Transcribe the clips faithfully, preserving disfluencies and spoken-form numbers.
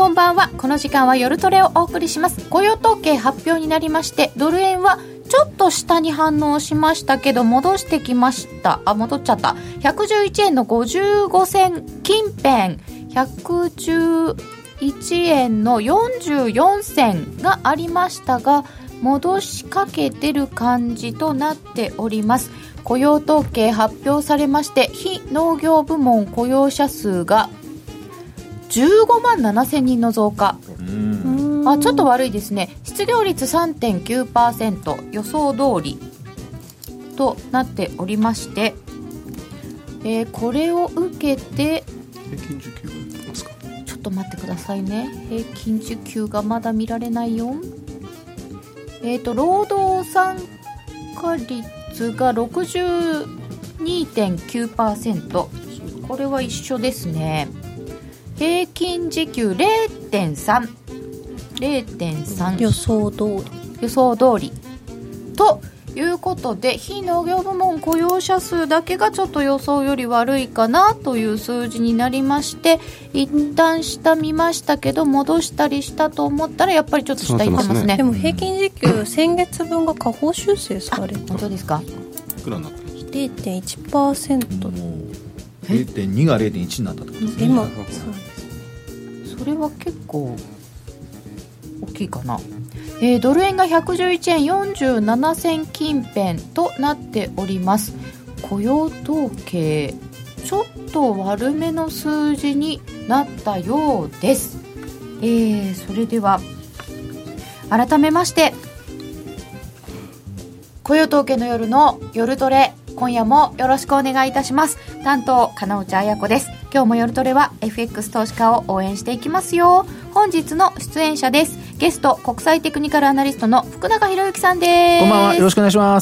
こんばんは。この時間は夜トレをお送りします。雇用統計発表になりまして、ドル円はちょっと下に反応しましたけど戻してきました。あ、戻っちゃった。ひゃくじゅういちえんのごじゅうご銭近辺、ひゃくじゅういちえんのよんじゅうよん銭がありましたが、戻しかけてる感じとなっております。雇用統計発表されまして、非農業部門雇用者数がじゅうごまんななせんにんの増加。うーん、あ、ちょっと悪いですね。失業率 さんてんきゅうパーセント 予想通りとなっておりまして、えー、これを受けて平均需給が出ますか。 ちょっと待ってくださいね。平均需給がまだ見られないよ。えーと労働参加率が ろくじゅうにてんきゅうパーセント、 これは一緒ですね。平均時給 れいてんさん れいてんさん予想通り予想通りということで、非農業部門雇用者数だけがちょっと予想より悪いかなという数字になりまして、一旦下見ましたけど戻したりしたと思ったらやっぱりちょっと下行ってますね。 でも平均時給先月分が下方修正された。 本当ですか。 いくらになってました。 れいてんいちパーセント、 れいてんに が れいてんいち になったってことですね。 今それは結構大きいかな。えー、ドル円がひゃくじゅういちえんよんじゅうなな銭近辺となっております。雇用統計ちょっと悪めの数字になったようです。えー、それでは改めまして雇用統計の夜の夜トレ、今夜もよろしくお願いいたします。担当金内彩子です。今日も夜トレは エフエックス 投資家を応援していきますよ。本日の出演者です。ゲスト、国際テクニカルアナリストの福永博之さんです。 こんばんは、よろしくお願いします。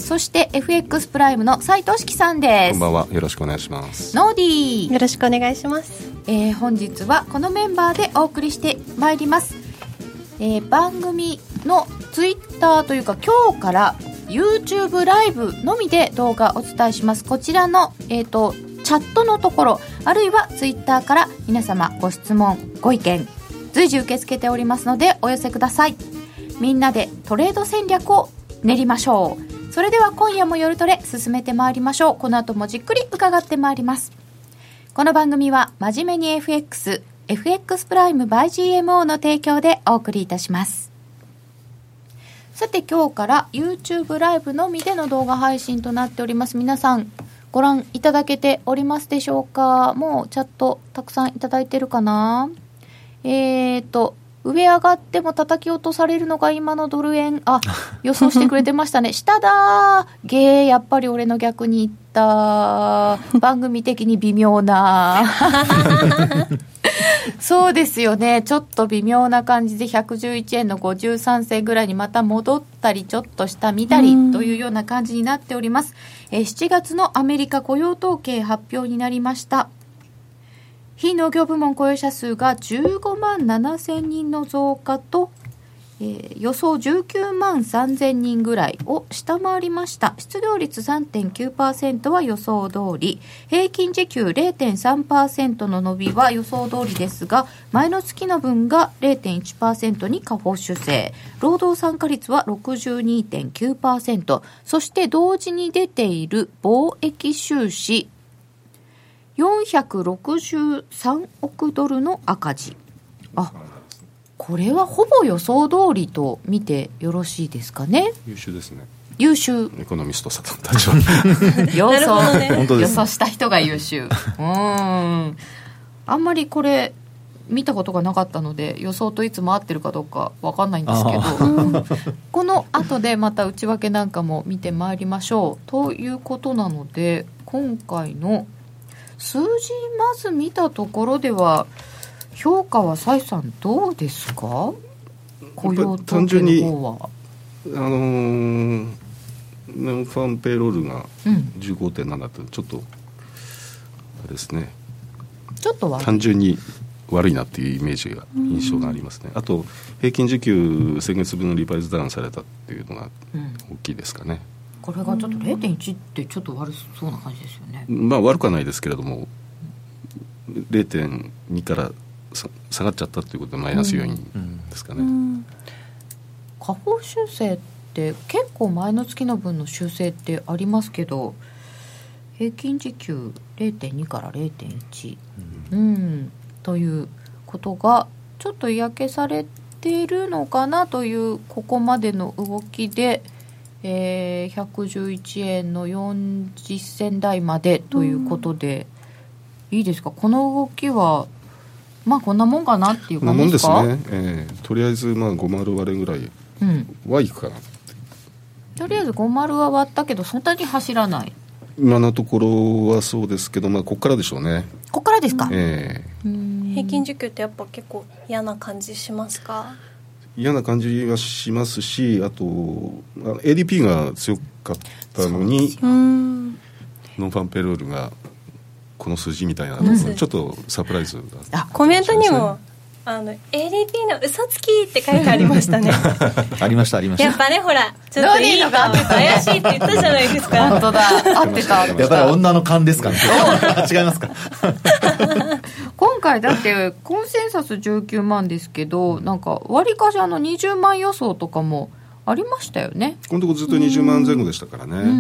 そして エフエックス プライムの斉藤志樹さんです。 こんばんは、よろしくお願いします。 ノーディー、 よろしくお願いします。 えー、本日はこのメンバーでお送りしてまいります。えー、番組のツイッターというか今日から YouTube ライブのみで動画お伝えします。こちらの、えーと、チャットのところ、あるいはツイッターから皆様ご質問ご意見随時受け付けておりますのでお寄せください。みんなでトレード戦略を練りましょう。それでは今夜も夜トレ進めてまいりましょう。この後もじっくり伺ってまいります。この番組は真面目に エフエックス エフエックス プライム by ジーエムオー の提供でお送りいたします。さて今日から YouTube ライブのみでの動画配信となっております。皆さんご覧いただけておりますでしょうか。もうチャットたくさんいただいてるかな。えーと上上がっても叩き落とされるのが今のドル円。あ、予想してくれてましたね。下だーゲー、やっぱり俺の逆に言った番組的に微妙なそうですよね。ちょっと微妙な感じでひゃくじゅういちえんのごじゅうさん銭ぐらいにまた戻ったりちょっと下見たりというような感じになっております。えー、しちがつのアメリカ雇用統計発表になりました。非農業部門雇用者数がじゅうごまんななせんにんの増加と、えー、予想じゅうきゅうまんさんぜんにんぐらいを下回りました。失業率 さんてんきゅうパーセント は予想通り、平均時給 れいてんさんパーセント の伸びは予想通りですが、前の月の分が れいてんいちパーセント に下方修正、労働参加率は ろくじゅうにてんきゅうパーセント、そして同時に出ている貿易収支よんひゃくろくじゅうさんおくドルの赤字。あ、これはほぼ予想通りと見てよろしいですかね。 優秀ですね。 優秀。 エコノミストさん大丈夫予想、 ね、 本当です。 予想した人が優秀。うーん。あんまりこれ見たことがなかったので予想といつも合ってるかどうか分かんないんですけどこの後でまた内訳なんかも見てまいりましょうということなので、今回の数字まず見たところでは評価は蔡さんどうですか。雇用統計の方はあのー、ノンファンペイロールが じゅうごてんなな ってちょっとあれですね、 ちょっとは単純に悪いなっていうイメージが印象がありますね。あと平均時給先月分のリバイズダウンされたっていうのが大きいですかね。 これがちょっと れいてんいち ってちょっと悪そうな感じですよね。 まあ悪くはないですけれども れいてんに から下がっちゃったということでマイナス要因ですかね、うんうん、 下方修正って結構前の月の分の修正ってありますけど、平均時給 れいてんに から れいてんいち、うんうん、ということがちょっと嫌気されているのかなというここまでの動きで、えー、ひゃくじゅういちえんのよんじゅっせん台までということで、うん、いいですか、この動きはまあこんなもんかなっていう感じですか。 こんなもんですね、えー、とりあえずまあごじゅう割れぐらいはいくかな、うん、 とりあえずごじゅうは割ったけどそんなに走らない。 今のところはそうですけど、まあ、ここからでしょうね。 ここからですか、 えー、 うん平均時給ってやっぱ結構嫌な感じしますか。 嫌な感じはしますし、あと エーディーピー が強かったのにノンファンペロールがこの数字みたいな、うん、ちょっとサプライズが、 あコメントにもあの エーディーピー の嘘つきって書いてありましたねありましたありました。 やっぱねほらちょっといいのが怪しいって言ったじゃないですか本当だ合ってたやっぱり女の勘ですかね違いますか今回だってコンセンサスじゅうきゅうまんですけど、なんか割りかしあのにじゅうまん予想とかもありましたよね。 このとこずっとにじゅうまんぜん後でしたからね、うんうん、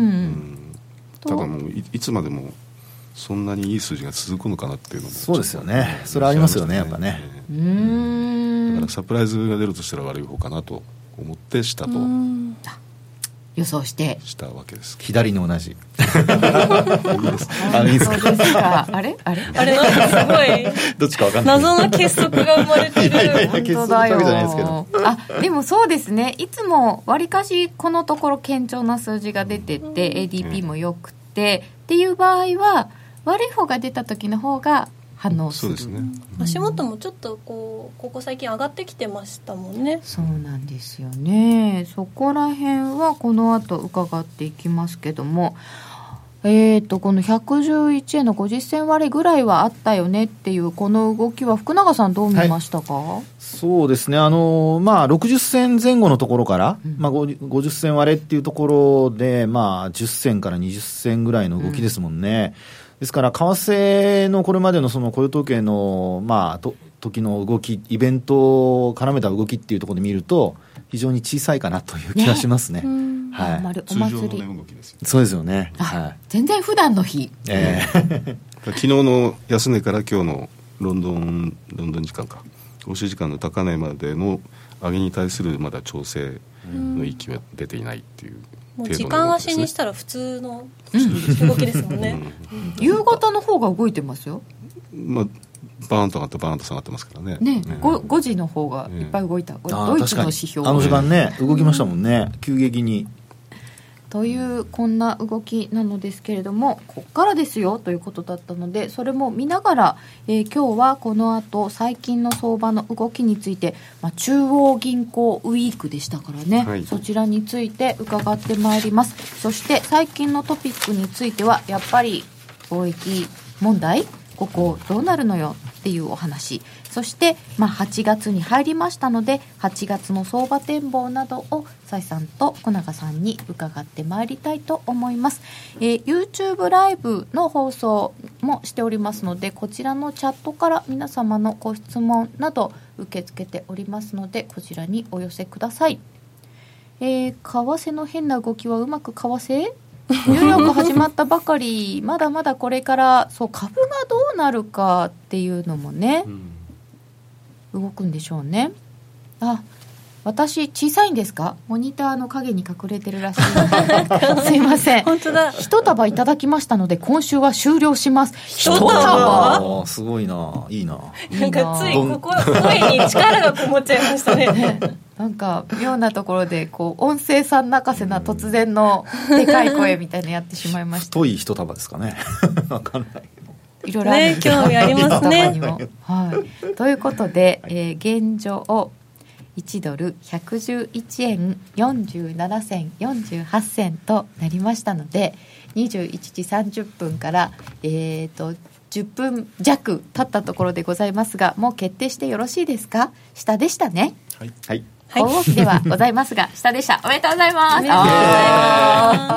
ただもう い, いつまでもそんなにいい数字が続くのかなっていうのもそうですよね。それありますよね、やっぱね。 うーんだからサプライズが出るとしたら悪い方かなと思ってしたと予想してしたわけです。 左の同じいいですあいいですか。そうですか。あれあれあれなんかすごいどっちか分かんない謎の結束が生まれてる。いやいやいや本当だよ。あでもそうですね、いつもわりかしこのところ堅調な数字が出てて、うん、エーディーピー もよくて、うん、っていう場合は悪い方が出た時の方が反応する。 そうですね、 足元もちょっとこうここ最近上がってきてましたもんね。 そうなんですよね。そこら辺はこの後伺っていきますけども、えーとこのひゃくじゅういちえんのごじゅっせん割れぐらいはあったよねっていうこの動きは福永さんどう見ましたか。はい、 そうですね、あのまあ、ろくじゅっせんぜん後のところから、うんまあ、ごじゅっせん割れっていうところで、まあ、じゅっせんからにじゅっせんぐらいの動きですもんね。うんですから為替のこれまでのその雇用統計の、まあ、と時の動き、イベントを絡めた動きっていうところで見ると非常に小さいかなという気がしますね。ねはい、 お祭り通常の動きですよね。 そうですよね、 はい、全然普段の日、 えー、昨日の安値から今日のロンドンロンドン時間か欧州時間の高値までの上げに対するまだ調整の域は出ていないっていうもう時間足にしたら普通の動きですもんね、 うん、夕方の方が動いてますよ、 まあ、バーンと上がってバーンと下がってますからね。 ね、うん、5, ごじの方がいっぱい動いた、ね、ドイツの指標あの時間ね動きましたもんね、うん、急激にというこんな動きなのですけれども、ここからですよということだったのでそれも見ながら、えー、今日はこの後最近の相場の動きについて、まあ、中央銀行ウィークでしたからね、はい、そちらについて伺ってまいります。そして最近のトピックについてはやっぱり貿易問題ここどうなるのよっていうお話、そして、まあ、はちがつに入りましたのではちがつの相場展望などを蔡さんと小永さんに伺ってまいりたいと思います。えー、YouTube ライブの放送もしておりますのでこちらのチャットから皆様のご質問など受け付けておりますのでこちらにお寄せください。えー、為替の変な動きはうまく為替ニューヨーク始まったばかりまだまだこれからそう株がどうなるかっていうのもね、うん、動くんでしょうね。あ、私小さいんですか。モニターの影に隠れてるらしいすいません。 本当だ。 一束いただきましたので今週は終了します。 一束すごいな、いいな。 なんかついここ声に力がこもっちゃいましたねなんか妙なところでこう音声さん泣かせな突然のでかい声みたいなやってしまいました。 太い一束ですかね分かんないいろいろあるんですよ、 ね、興味ありますねはい、ということで、えー、現状いちドルひゃくじゅういちえんよんじゅうななせんよんじゅうはちせんとなりましたのでにじゅういちじさんじゅっぷんから、えー、とじゅっぷん弱経ったところでございますがもう決定してよろしいですか。下でしたね。 はい、 はい大動きではございますが下でした。おめでとうございます。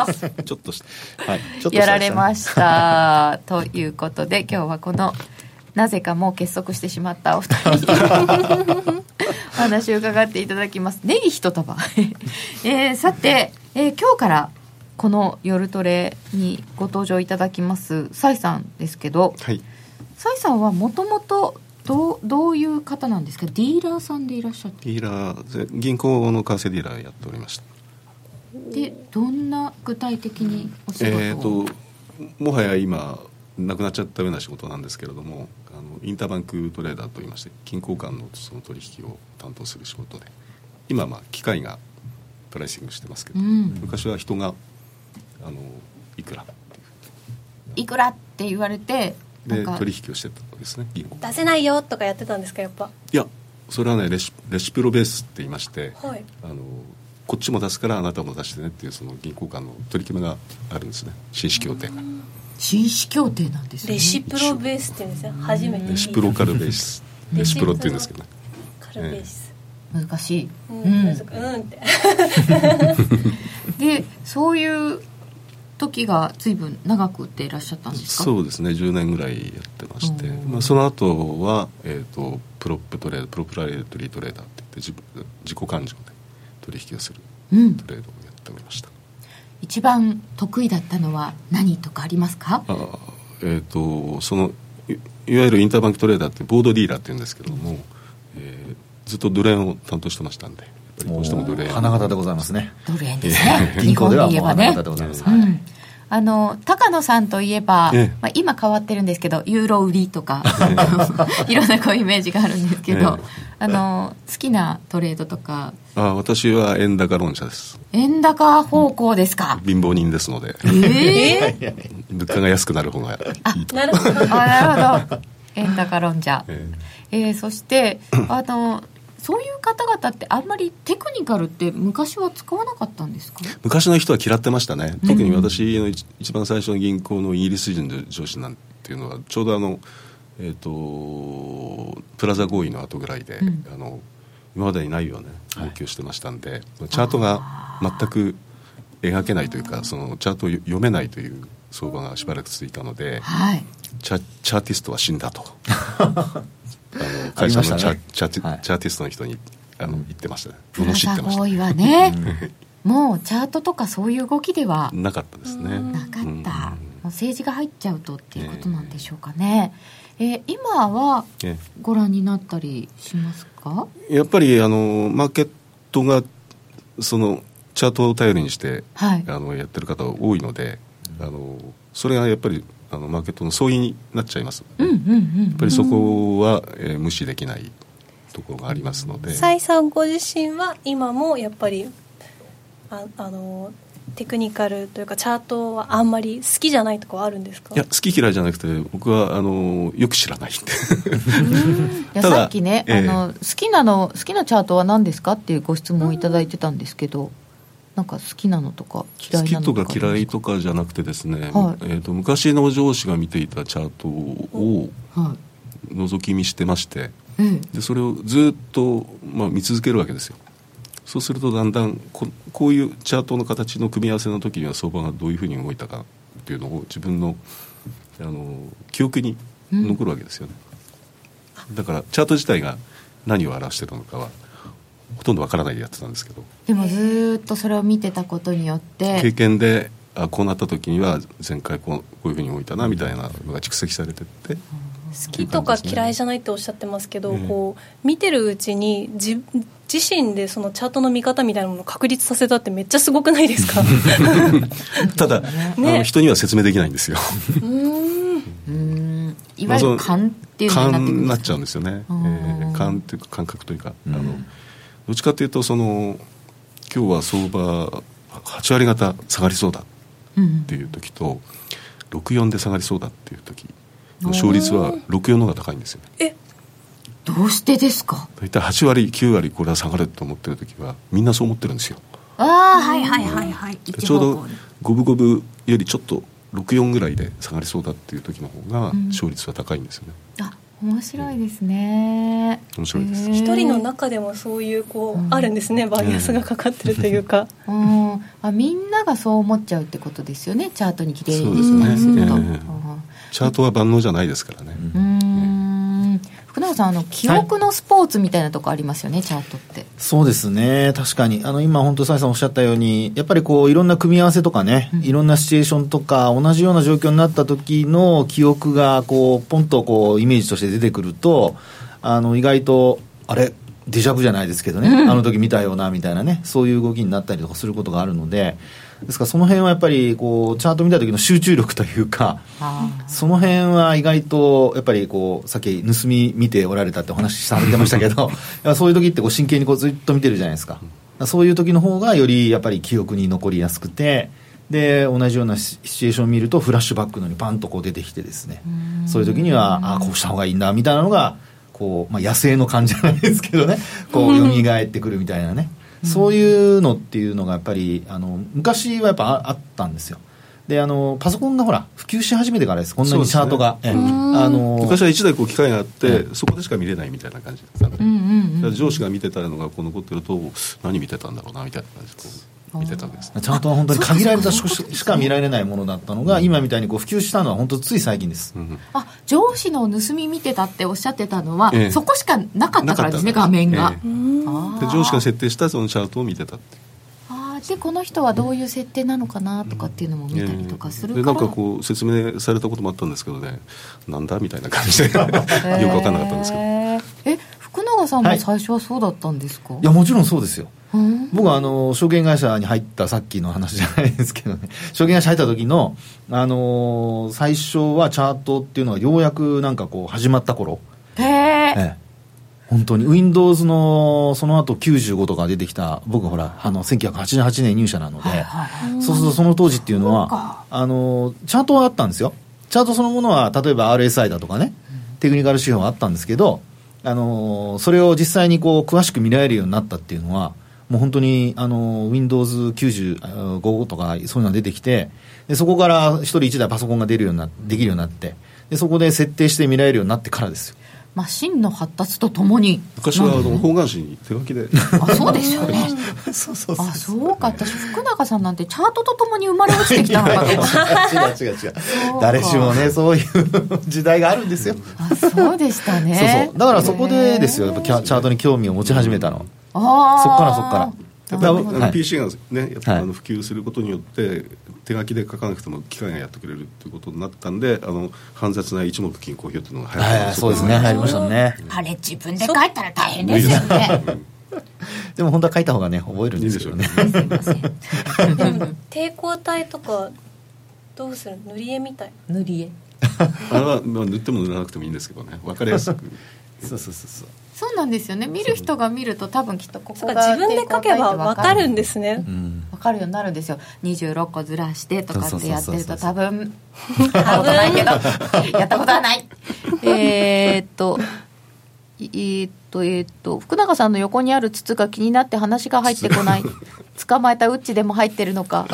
ちょっとした、 はい、ちょっとしたやられましたということで今日はこのなぜかもう結束してしまったお二人にお話を伺っていただきます。ネギ一束、えー、さて、えー、今日からこの夜トレにご登場いただきます蔡さんですけど、 はい、 蔡さんはもともとどう、どういう方なんですか？ディーラーさんでいらっしゃって。 ディーラー、銀行の為替ディーラーやっておりました。 でどんな具体的にお仕事を、 えー、ともはや今なくなっちゃったような仕事なんですけれども、あのインターバンクトレーダーといいまして、金交換のその取引を担当する仕事で、今はまあ機械がプライシングしてますけど、うん、昔は人があのいくらっていういくらって言われてで取引をしてたんですね。 出せないよとかやってたんですか？やっぱいや、それはねレシ、レシプロベースって言いまして、はい、あのこっちも出すからあなたも出してねっていうその銀行間の取り決めがあるんですね。紳士協定が紳士協定なんですね。 レシプロベースって言うんですよ。初めてレシプロカルベースレシプロって言うんですけどね。 カルベース、 えー、難しい、 うん、うん、うんってでそういう時が随分長くっていらっしゃったんですか？ そうですね、じゅうねんぐらいやってまして、まあ、その後は、えー、とプロップトレーダープロプライトリートレーダーって言って自, 自己勘定で取引をするトレードをやっておりました、うん、 一番得意だったのは何とかありますか？ あ、えー、とその い, いわゆるインターバンクトレーダーってボードディーラーって言うんですけども、えー、ずっとドル円を担当してましたんで、やっぱりどうしてもドル円花形でございますね。 ドル円ですね日本で言えばね、うん、あの高野さんといえば、ええ、まあ、今変わってるんですけどユーロ売りとかいろんなこうイメージがあるんですけど、ええ、あの好きなトレードとか。 あ、私は円高論者です。 円高方向ですか？ 貧乏人ですので、 えー、 物価が安くなる方がいいと。 なるほどなるほど円高論者、えええー、そしてあのそういう方々ってあんまりテクニカルって昔は使わなかったんですか？昔の人は嫌ってましたね。特に私の 一, 一番最初の銀行のイギリス人の上司なんていうのはちょうどあの、えー、とプラザ合意の後ぐらいで、うん、あの今までにないような動きをしてましたんで、はい、チャートが全く描けないというか、そのチャートを読めないという相場がしばらく続いたので、はい、チ, ャチャーティストは死んだとあの会社のチ ャ,、ね、チ, ャチャーティストの人にあの言ってましたね。罵ってました。 合意はねもうチャートとかそういう動きではなかったですね。 なかった、うん、もう政治が入っちゃうとっていうことなんでしょうかね、えー、今はご覧になったりしますか？ やっぱりあのマーケットがそのチャートを頼りにして、はい、あのやってる方が多いので、あのそれがやっぱりあのマーケットの相違になっちゃいます、うんうんうんうん、やっぱりそこは、えー、無視できないところがありますので。 蔡さんご自身は今もやっぱり あ, あのテクニカルというかチャートはあんまり好きじゃないとかはあるんですか？ いや、好き嫌いじゃなくて僕はあのよく知らないいやさっきね、えー、あの好きなの好きなチャートは何ですかっていうご質問をいただいてたんですけど、なんか好きなのとか嫌いなのとか。 好きとか嫌いとかじゃなくてですね、はい、えー、と昔の上司が見ていたチャートを覗き見してまして、はい、でそれをずっと、まあ、見続けるわけですよ。そうするとだんだん こ, こういうチャートの形の組み合わせの時には相場がどういうふうに動いたかっていうのを自分 の, あの記憶に残るわけですよね、うん、だからチャート自体が何を表しているのかはほとんどわからないでやってたんですけど、 でもずっとそれを見てたことによって経験で、あこうなった時には前回こう, こういうふうに動いたなみたいなのが蓄積されてって、うん、 好きとか嫌いじゃないっておっしゃってますけど、えー、こう見てるうちに 自, 自身でそのチャートの見方みたいなものを確立させたってめっちゃすごくないですか？ ただ、ね、あの人には説明できないんですよ。うーんうーんいわゆる勘っていうのになってくるんですか？勘になっちゃうんですよね、えー、勘っていうか感覚というか、あのどっちかというとその今日は相場はち割方下がりそうだっていう時と、うん、ろくじゅうよんで下がりそうだっていう時の勝率はろくじゅうよんの方が高いんですよね。 えどうしてですか？ 大体はち割きゅう割これは下がると思ってる時はみんなそう思ってるんですよ。 ああはいはいはいはい、 ちょうど五分五分よりちょっとろくじゅうよんぐらいで下がりそうだっていう時の方が勝率は高いんですよね、 うん、あ面白いですね、 うん、面白いです。 一人の中でもそういうこう、うん、あるんですね、バイアスがかかってるというか、 うん、あみんながそう思っちゃうってことですよね。チャートにきれいにすると、 そうですね、えー、チャートは万能じゃないですからね、 うんさん、あの記憶のスポーツみたいなとこありますよね、はい、チャートって。 そうですね、確かにあの今本当蔡さんおっしゃったように、やっぱりこういろんな組み合わせとかね、うん、いろんなシチュエーションとか同じような状況になった時の記憶がこうポンとこうイメージとして出てくると、あの意外とあれデジャブじゃないですけどね、うん、あの時見たようなみたいなね、そういう動きになったりとかすることがあるので、ですからその辺はやっぱりこうチャート見た時の集中力というか、その辺は意外とやっぱりこうさっき盗み見ておられたってお話されてましたけどそういう時ってこう真剣にこうずっと見てるじゃないですか。そういう時の方がよりやっぱり記憶に残りやすくて、で同じようなシチュエーションを見るとフラッシュバックのようにパンとこう出てきてですね、そういう時にはああこうした方がいいんだみたいなのがこう、まあ、野生の感じじゃないですけどね、こう蘇ってくるみたいなね、そういうのっていうのがやっぱりあの昔はやっぱあったんですよ。であのパソコンがほら普及し始めてからです、こんなにチャートが、ね、えあの昔はいちだいこう機械があって、うん、そこでしか見れないみたいな感じです、ね、うんうんうん、上司が見てたのがこう残ってると何見てたんだろうなみたいな感じでこう見てたんです、ね、 チャートは本当に限られたしか見られないものだったのが、今みたいにこう普及したのは本当つい最近です、うん、 あ上司の盗み見てたっておっしゃってたのは、ええ、そこしかなかったからですね、画面が、ええ、で上司が設定したそのチャートを見てたって。 あでこの人はどういう設定なのかなとかっていうのも見たりとかするから、 でなんかこう説明されたこともあったんですけどね、なんだみたいな感じでよく分かんなかったんですけど、 え福永さんも最初はそうだったんですか？ はい、いやもちろんそうですよ。僕はあの証券会社に入ったさっきの話じゃないですけどね、証券会社入った時の、あのー、最初はチャートっていうのがようやくなんかこう始まった頃、 へえええ本当に Windows のその後きゅうじゅうごとか出てきた、僕ほらあのせんきゅうひゃくはちじゅうはちねん入社なので、はいはい、そうするとその当時っていうのはあのチャートはあったんですよ。チャートそのものは例えば アールエスアイ だとかね、テクニカル指標はあったんですけど、あのそれを実際にこう詳しく見られるようになったっていうのはもう本当にあの ウィンドウズきゅうじゅうご とかそういうのが出てきて、でそこから一人一台パソコンが出るようになできるようになって、でそこで設定して見られるようになってからですよ。 マシンの発達とともに昔はあの方眼紙に手書きであそうですよねそうそうそうあそうか、私福永さんなんてチャートとともに生まれ落ちてきたのかと思って違う違う違う誰しもねそういう時代があるんですよ。 あそうでしたねそうそうだからそこでですよ、やっぱチャートに興味を持ち始めたの、あそっからそっからやっぱり、はい、ピーシー が、ね、やっぱあの普及することによって、はい、手書きで書かなくても機械がやってくれるということになったんで、あの煩雑な一目均衡表っていうのが流行ってます。 そうですね、流行りましたね。 あれ自分で書いたら大変ですよねでも本当は書いた方がね覚えるんですよね。 すいません抵抗体とかどうする？塗り絵みたい。 塗り絵あれは、まあ、塗っても塗らなくてもいいんですけどね、分かりやすくそうそうそうそうそうなんですよね。見る人が見ると多分きっとここが自分で書けば分かるんですね、 うん、分かるようになるんですよ。にじゅうろっこずらしてとかってやってると多分やったことないけどやったことはないえーっとえーっとえーっと福永さんの横にある筒が気になって話が入ってこない捕まえたウッチでも入ってるのか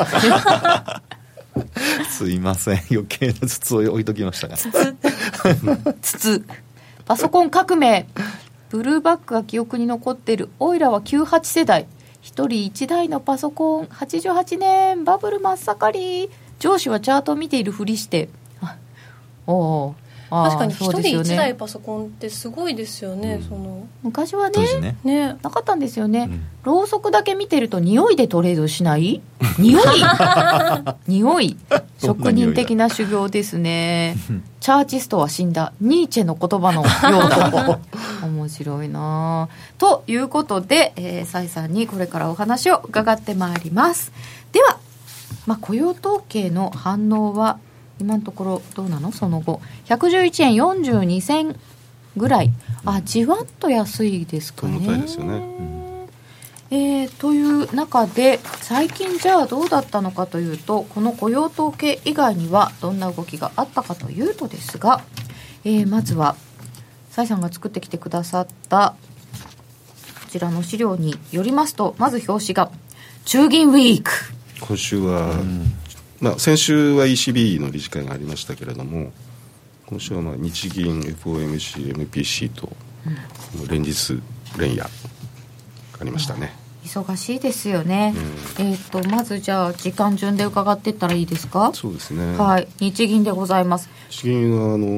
すいません余計な筒を置いときましたが筒パソコン革命ブルーバックが記憶に残っている。オイラはきゅうじゅうはち世代、一人一台のパソコン、はちじゅうはちねんバブル真っ盛り。上司はチャートを見ているふりしておー確かに一人一台パソコンってすごいですよね、うん、その昔は ね, ね, ねなかったんですよね、うん、ろうそくだけ見てると匂いでトレードしない匂い匂い職人的な修行ですねチャーチストは死んだ、ニーチェの言葉の用語面白いなということで、えー、蔡さんにこれからお話を伺ってまいります。では、まあ、雇用統計の反応は今のところどうなの？その後ひゃくじゅういちえんよんじゅうに銭ぐらい、あじわっと安いですかね。 重たいですよね、うんえー、という中で最近じゃあどうだったのかというと、この雇用統計以外にはどんな動きがあったかというとですが、えー、まずは蔡さんが作ってきてくださったこちらの資料によりますと、まず表紙が中銀ウィーク。 今週は、うんまあ、先週は イーシービー の理事会がありましたけれども、今週はまあ日銀 エフオーエムシー エムピーシー と連日連夜ありましたね、 うん、忙しいですよね、うん、えー、とまずじゃあ時間順で伺っていったらいいですか？ そうですね、 はい、日銀でございます。 日銀はあの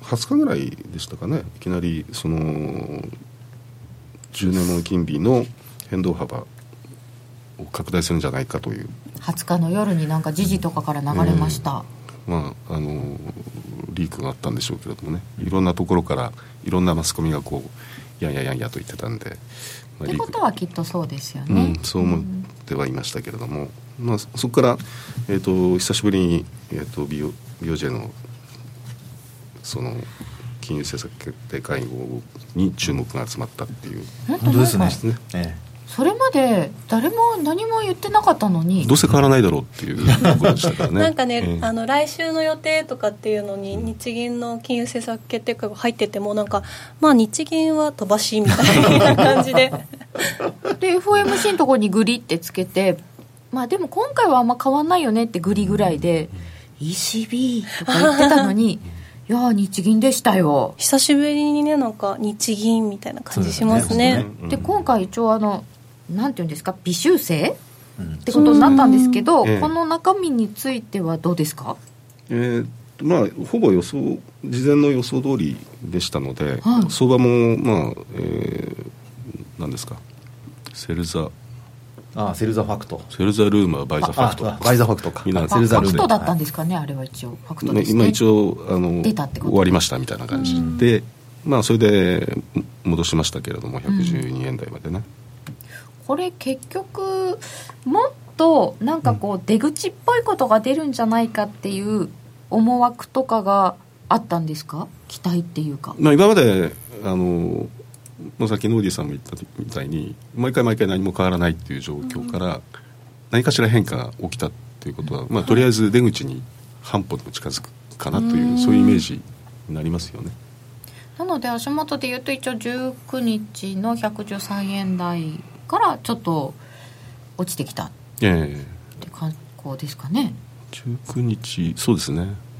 はつかぐらいでしたかね、いきなりそのじゅうねんもの金利の変動幅を拡大するんじゃないかという、 はつかの夜になんか時事とかから流れました、 えーまあ、あのリークがあったんでしょうけれどもね、いろんなところからいろんなマスコミがこうやんややんやと言ってたんで、まあ、 ってことはきっとそうですよね、 うん、そう思ってはいましたけれども、まあ、そこから、えー、と久しぶりに、えー、と ビーオージェー のその金融政策決定会合に注目が集まったっていう。 本当ですね、 ええ、 それまで誰も何も言ってなかったのにどうせ変わらないだろうっていうところでしたからねなんかね、 ええ、 あの来週の予定とかっていうのに日銀の金融政策決定会が入ってても、なんかまあ日銀は飛ばしみたいな感じでで エフオーエムシー のところにグリってつけて、まあでも今回はあんま変わんないよねってグリぐらいで イーシービー とか言ってたのにいや日銀でしたよ。 久しぶりにね、なんか日銀みたいな感じしますね。 で、ね、今回一応あのなんていうんですか、微修正、うん、ってことになったんですけど、この中身についてはどうですか？ えーまあ、ほぼ予想事前の予想通りでしたので、はい、相場もまあ、えー、何ですか、セルザああセルザファクトセルザルーマーバイザファクトバイザファクトかみんなセルザルーマーファクトだったんですかね、はい、あれは一応ファクトですね。 今一応あの出たってこと終わりましたみたいな感じで、まあ、それで戻しましたけれどもひゃくじゅうにえん台までね、 うん、これ結局もっとなんかこう出口っぽいことが出るんじゃないかっていう思惑とかがあったんですか？期待っていうか、 まあ、今まであのさっきノーディーさんも言ったみたいに毎回毎回何も変わらないっていう状況から何かしら変化が起きたということは、まあ、とりあえず出口に半歩でも近づくかなという、そういうイメージになりますよね。 なので足元でいうと一応じゅうくにちのひゃくじゅうさんえん台からちょっと落ちてきたって格好ですかね。 じゅうくにちそうですね、 うん、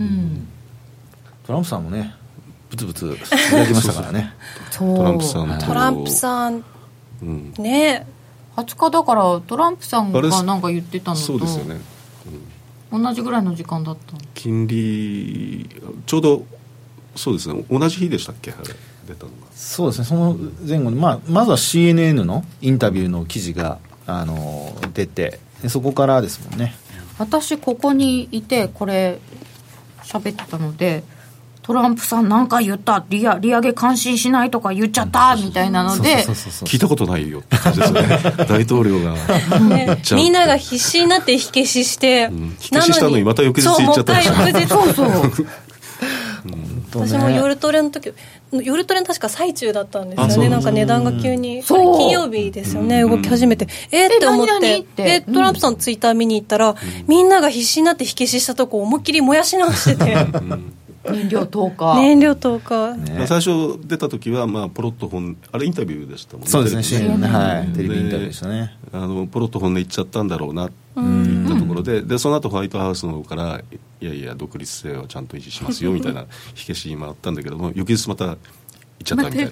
トランプさんもねブツブツいただきましたからねそうトランプさんとトランプさん、うん、ねはつかだからトランプさんがなんか言ってたのとそうですよね、 うん、同じぐらいの時間だったの。 金利ちょうどそうですね、同じ日でしたっけ、あれ出たのが。 そうですね、その前後に、まあ、まずは シーエヌエヌ のインタビューの記事があの出て、そこからですもんね。 私ここにいてこれ喋ってたので、トランプさんなんか言った、利上利上げ監視しないとか言っちゃったみたいなので、 聞いたことないよって感じですよね大統領が、 ね、みんなが必死になって火消しして、うん、 火消ししたのにまた翌日言っちゃったりして、 そう、また翌日そうそううん、 私も夜トレの時、夜トレの確か最中だったんですよね。なんか値段が急に金曜日ですよね、動き始めて、えー、って思ってえトランプさんのツイッター見に行ったら、うん、みんなが必死になって火消ししたとこを思いっきり燃やし直してて燃料投下燃料投下、 ね、まあ、最初出た時は、まあ、ポロッと本あれインタビューでしたもんね。 そうですね、シーエヌね、はい、テレビインタビューでしたね。 あのポロッと本音言っちゃったんだろうなって言ったところで、でその後ホワイトハウスの方からいやいや独立性をちゃんと維持しますよみたいな火消しに回ったんだけども、翌日また行っちゃったみたいな、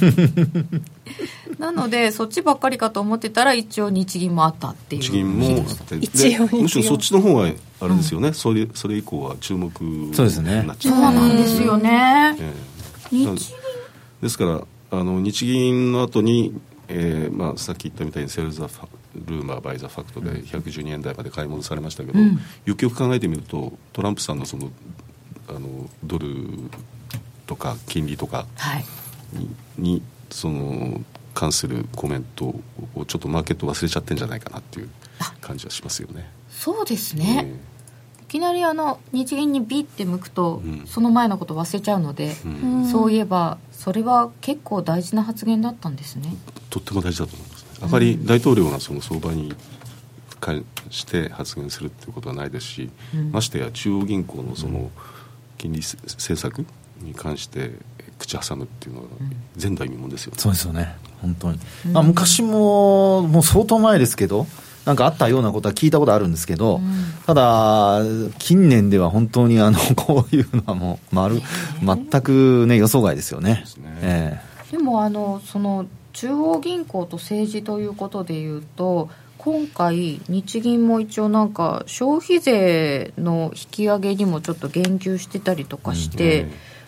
ま、なのでそっちばっかりかと思ってたら一応日銀もあったっていう。 日銀もあって、でむしろそっちの方があれですよね、うん、それそれ以降は注目になっちゃう。 そうですね、 そうなんですよね、 えー、日銀ですからあの日銀の後に、えーまあ、さっき言ったみたいにセールザルーマーバイザファクトでひゃくじゅうにえん台まで買い戻されましたけど、うん、よくよく考えてみるとトランプさんのそのあのドルとか金利とかに、はい、にその関するコメントをちょっとマーケット忘れちゃってんじゃないかなっていう感じはしますよね。 そうですね、えー、いきなりあの日銀にビッて向くと、うん、その前のこと忘れちゃうので、うん、そういえばそれは結構大事な発言だったんですね。 とっても大事だと思いますね。あまり大統領がその相場に関して発言するっていうことはないですし、うん、ましてや中央銀行のその金利政策に関して口挟むっていうのは前代未聞ですよね。 そうですよね、本当に、うん、まあ、昔ももう相当前ですけどなんかあったようなことは聞いたことあるんですけど、うん、ただ近年では本当にあのこういうのはもう丸全く、ね、予想外ですよね。 ですね、 えー、でもあのその中央銀行と政治ということでいうと今回日銀も一応なんか消費税の引き上げにもちょっと言及してたりとかして、うん、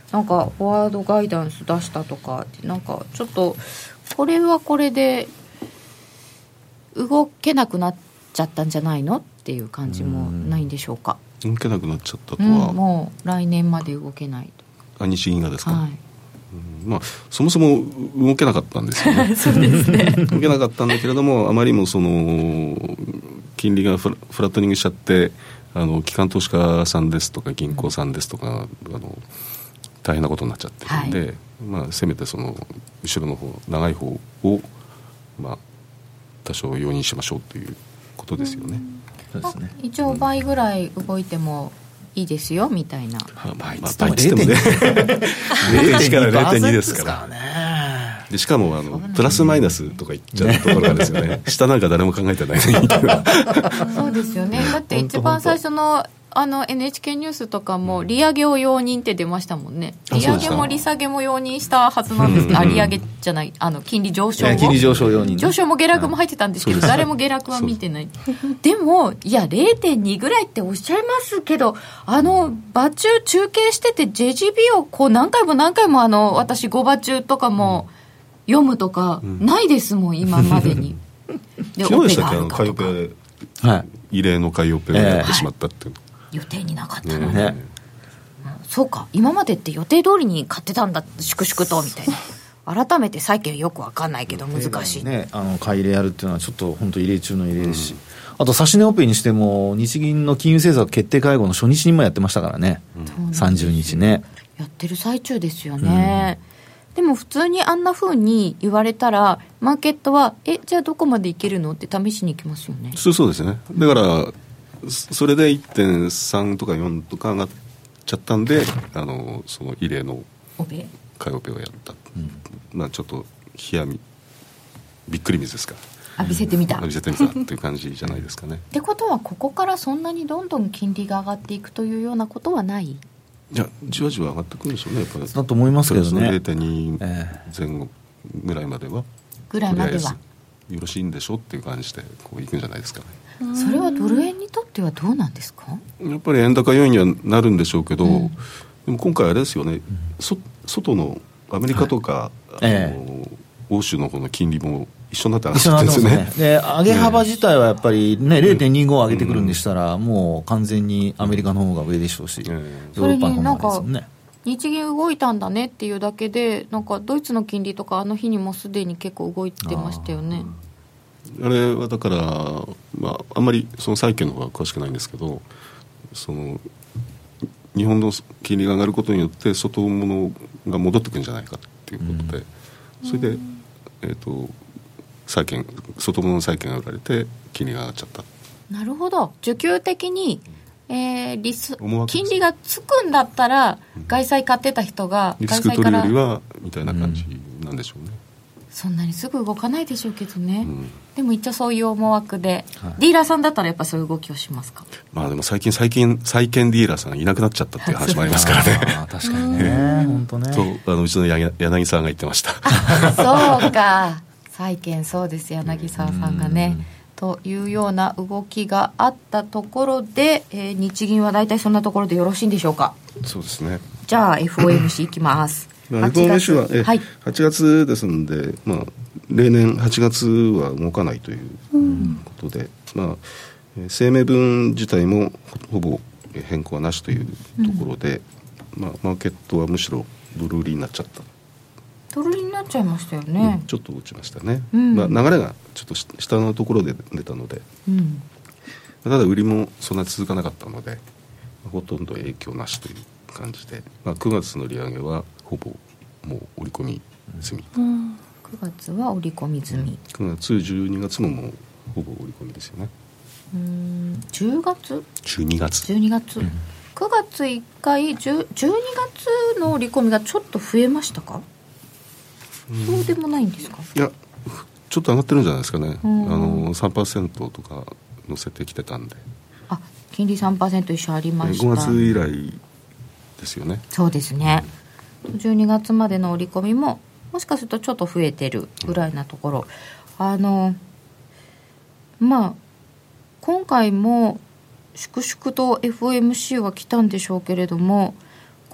なんかフォワードガイダンス出したとか、なんかちょっとこれはこれで動けなくなっちゃったんじゃないのっていう感じもないんでしょうか。 動けなくなっちゃったとは、 うん、もう来年まで動けないと。 あ、日銀がですか、 はい、 うん、まあ、そもそも動けなかったんですよねそうですね動けなかったんだけれども、あまりにもその金利がフラ、フラットニングしちゃって、あの機関投資家さんですとか銀行さんですとか、うん、あの大変なことになっちゃってるんで、はい、まあ、せめてその後ろの方、長い方を、まあ、多少容認しましょうということですよね、うん、 そうですね。一応倍ぐらい動いてもいいですよみたいな、 うん、まあ、まあ、倍って言ってもねゼロてんいち から ゼロてんに ですからね。でしかもあのプラスマイナスとか言っちゃうところがですよね下なんか誰も考えてないのにそうですよね。だって一番最初のあの エヌエイチケー ニュースとかも利上げを容認って出ましたもんね。利上げも利下げも容認したはずなんですけど、あ、利上げじゃない、あの金利上昇も金利上昇容認、 上昇も下落も入ってたんですけど、誰も下落は見てないでもいや ゼロてんに ぐらいっておっしゃいますけど、あの場中中継してて ジェイジービー をこう何回も何回もあの私ご場中とかも読むとかないですもん、うん、今までにで昨日でしたっけ、あの買いオペで、はい、異例の買いオペをやってしまったっていう、 えー、予定になかったのね、そうか、今までって予定通りに買ってたんだ粛々とみたいな改めて債券よく分かんないけど難しい、 ね、あの買い入れやるっていうのはちょっと本当異例中の異例ですし、うん、あと指値オペにしても日銀の金融政策決定会合の初日にもやってましたからね、うん、さんじゅうにちねやってる最中ですよね、うん、でも普通にあんな風に言われたらマーケットはえじゃあどこまでいけるのって試しに行きますよね。 そうそうですね。だからそれで いってんさん とかよんとか上がっちゃったんで、あのその異例の買いオペをやった、うん、まあちょっと冷やみびっくり水ですか、 浴びせてみた浴びせてみたっていう感じじゃないですかねってことはここからそんなにどんどん金利が上がっていくというようなことはない？ いや、じわじわ上がってくるんでしょうね、やっぱりだと思いますけどね。 ゼロてんに 前後ぐらいまではぐらいまではよろしいんでしょっていう感じでこういくんじゃないですかね。 それはドル円にとってはどうなんですか？ やっぱり円高要因にはなるんでしょうけど、うん、でも今回あれですよね、うん、そ外のアメリカとか、はい、あの、ええ、欧州の方の金利も一緒になって上がってるんですね。ねで上げ幅自体はやっぱり、ね、ゼロてんにご 上げてくるんでしたら、うん、もう完全にアメリカの方が上でしょうし、うん、ヨーロッパの方がですよね。 日銀動いたんだねっていうだけでなんかドイツの金利とかあの日にもすでに結構動いてましたよね。 あれはだから、まあ、あんまりその債券の方は詳しくないんですけど、その日本の金利が上がることによって外物が戻ってくるんじゃないかっていうことで、うん、それで、えーと、債券外物の債券が売られて金利が上がっちゃった。 なるほど、需給的に、えー、リス金利がつくんだったら、うん、外債買ってた人がリスク取るよりはみたいな感じなんでしょうね、うん、 そんなにすぐ動かないでしょうけどね、うん、でも一応そういう思惑で、はい、ディーラーさんだったらやっぱそういう動きをしますか？ まあでも最近最近債券ディーラーさんがいなくなっちゃったっていう話もありますからねあ確かにね本当ねとあのうちの柳さんが言ってましたそうか債券そうです柳沢さんがねというような動きがあったところで、えー、日銀は大体そんなところでよろしいんでしょうか？ そうですね。 じゃあ エフオーエムシー いきますまあ、エフオーエムシー はえ、はい、はちがつですので、まあ、例年はちがつは動かないということで、うんまあ、声明文自体もほぼ変更はなしというところで、うんまあ、マーケットはむしろドル売りになっちゃった。 ドル売りになっちゃいましたよね、 うん、ちょっと落ちましたね、うんまあ、流れがちょっと下のところで出たので、うんただ売りもそんな続かなかったのでほとんど影響なしという感じで、まあ、くがつの利上げはほぼもう織り込み済み、うん、 くがつは織り込み済み、 くがつじゅうにがつももうほぼ織り込みですよね。 うーんじゅうがつじゅうにがつじゅうにがつ、うん、くがついっかいじゅうにがつの織り込みがちょっと増えましたか？うん、そうでもないんですか？ いやちょっと上がってるんじゃないですかね、うん、あの さんパーセント とか乗せてきてたんで。 あ金利 さんパーセント 一緒ありました。 ごがつ以来ですよね。 そうですね、うん、じゅうにがつまでの織り込みももしかするとちょっと増えてるぐらいなところ、うん、あのまあ今回も粛々と エフオーエムシー は来たんでしょうけれども、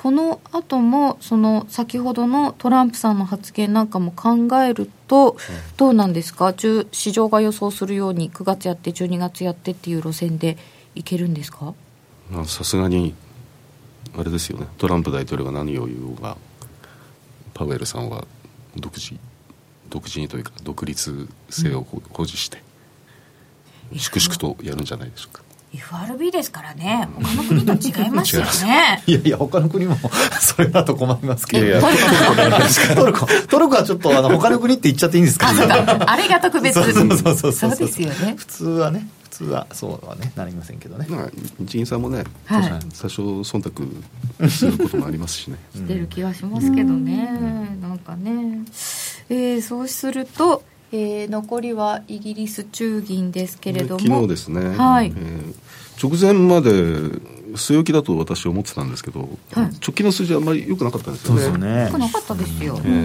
この後もその先ほどのトランプさんの発言なんかも考えるとどうなんですか、市場が予想するようにくがつやってじゅうにがつやってっていう路線でいけるんですか。 さすがにあれですよね、トランプ大統領が何を言おうがパウエルさんは独自独自にというか独立性を保持して粛々とやるんじゃないでしょうか。 エフアールビー ですからね、他の国と違いますよねいやいや他の国もそれだと困りますけど、 いやいやトルコトルコはちょっとあの他の国って言っちゃっていいんですか。 あ、そうか、あれが特別そうそうそうそうそうですよね。 普通はね普通はそうはねなりませんけどね。 まあ、日銀さんもね、 はい、 多少忖度することもありますしねしてる気はしますけどね、うん、なんかね、えー、そうすると、えー、残りはイギリス中銀ですけれども、 昨日ですね、 はい、 えー、直前まで据え置きだと私は思ってたんですけど、はい、直近の数字はあんまり良くなかったんですよね。 そうですよね、 良くなかったですよ、 えーうん、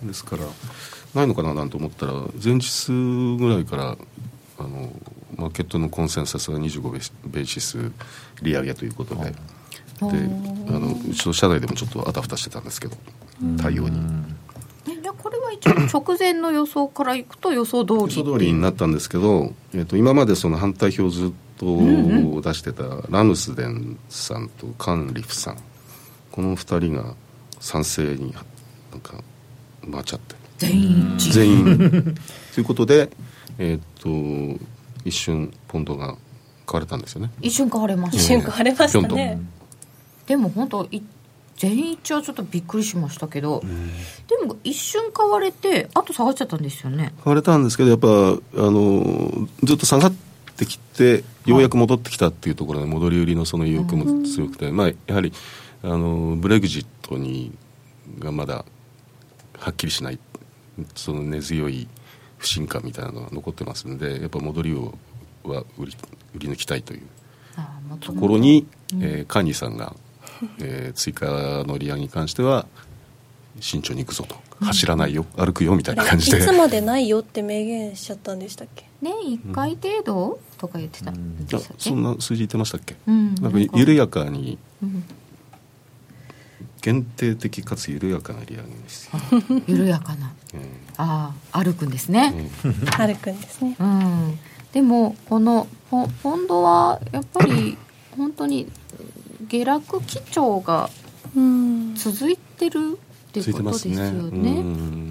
ですからないのかななんて思ったら前日ぐらいからあのマーケットのコンセンサスがにじゅうごベーシス利上げということで、であのうちの社内でもちょっとあたふたしてたんですけど、対応に。 えじゃあこれは一応直前の予想からいくと予想通り予想通りになったんですけど、えー、と今までその反対票をずっと出してたラムスデンさんとカンリフさん、このふたりが賛成になんか回っちゃって全員全員ということで、えー、と一瞬ポンドが買われたんですよね。 一瞬買われました、 一瞬買われましたね。 でも本当全員一はちょっとびっくりしましたけど、うん、でも一瞬買われてあと下がっちゃったんですよね。 買われたんですけどやっぱあのずっと下がってきてようやく戻ってきたっていうところで戻り売りのその意欲も強くて、うん、まあ、やはりあのブレグジットにがまだはっきりしないその根強い不信感みたいなのが残ってますので、やっぱ戻りをは売り、売り抜きたいというところに、うん、えー、カーニーさんがえー、追加の利上げに関しては慎重にいくぞと、うん、走らないよ歩くよみたいな感じで、 いつまでないよって明言しちゃったんでしたっけ。 年いっかい程度、うん、とか言ってたんでしたっけ。 あ、そんな数字言ってましたっけ、 うん、 なんか緩やかに、うん、限定的かつ緩やかな利上げです緩やかな、うん、ああ歩くんですね、 うん、歩くんですね、 うん、でもこのポンドはやっぱり本当に下落基調が続いてるっていうことですよね。 うん、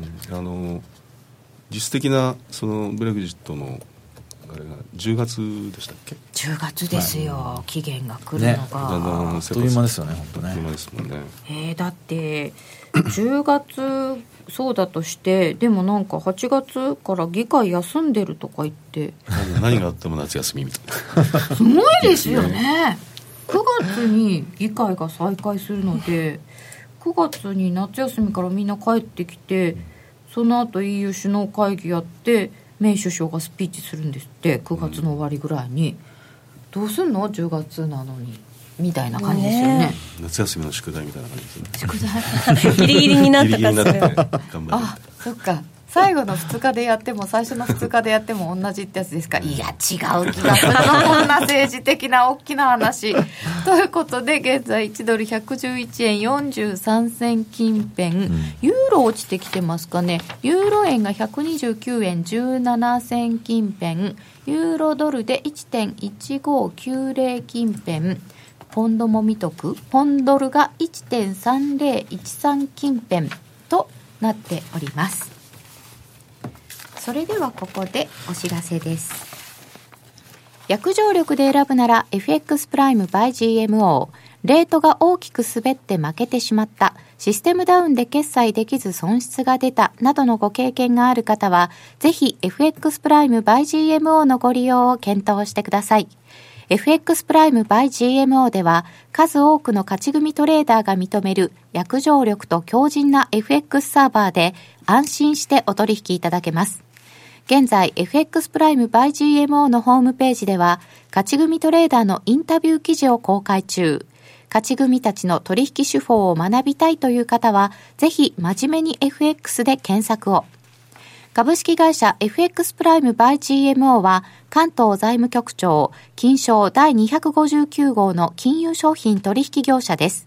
あの実質的なそのブレグジットのあれがじゅうがつでしたっけ。 じゅうがつですよ、はい、期限が来るのが、ね、 あっという間ですよね本当ね。 あっという間ですもんね。 えー、だってじゅうがつそうだとしてでもなんかはちがつから議会休んでるとか言って何があっても夏休みみたいなすごいですよね。くがつに議会が再開するのでくがつに夏休みからみんな帰ってきて、その後 イーユー 首脳会議やってメイ首相がスピーチするんですって、くがつの終わりぐらいに、うん、どうすんのじゅうがつなのにみたいな感じですよね。ね、 夏休みの宿題みたいな感じですね。 宿題ギリギリになったかギリギリになって頑張ってあ、そっか、最後のふつかでやっても最初のふつかでやっても同じってやつですか。いや違う気がするなこんな政治的な大きな話ということで現在いちドルひゃくじゅういちえんよんじゅうさんせん近辺、うん、ユーロ落ちてきてますかね。ユーロ円がひゃくにじゅうきゅうえんじゅうななせん近辺、ユーロドルで いってんいちごきゅうゼロ 近辺、ポンドも見とく。ポンドルが いってんさんゼロいちさん 近辺となっております。それではここでお知らせです。約定力で選ぶなら エフエックス プライム by ジーエムオー、 レートが大きく滑って負けてしまった、システムダウンで決済できず損失が出たなどのご経験がある方はぜひ エフエックス プライム by ジーエムオー のご利用を検討してください。エフエックス プライム by ジーエムオー では数多くの勝ち組トレーダーが認める約定力と強靭な エフエックス サーバーで安心してお取引いただけます。現在 エフエックス プライム by ジーエムオー のホームページでは勝ち組トレーダーのインタビュー記事を公開中。勝ち組たちの取引手法を学びたいという方はぜひ真面目に エフエックス で検索を。株式会社 エフエックス プライム by ジーエムオー は関東財務局長金商だいにひゃくごじゅうきゅう号の金融商品取引業者です。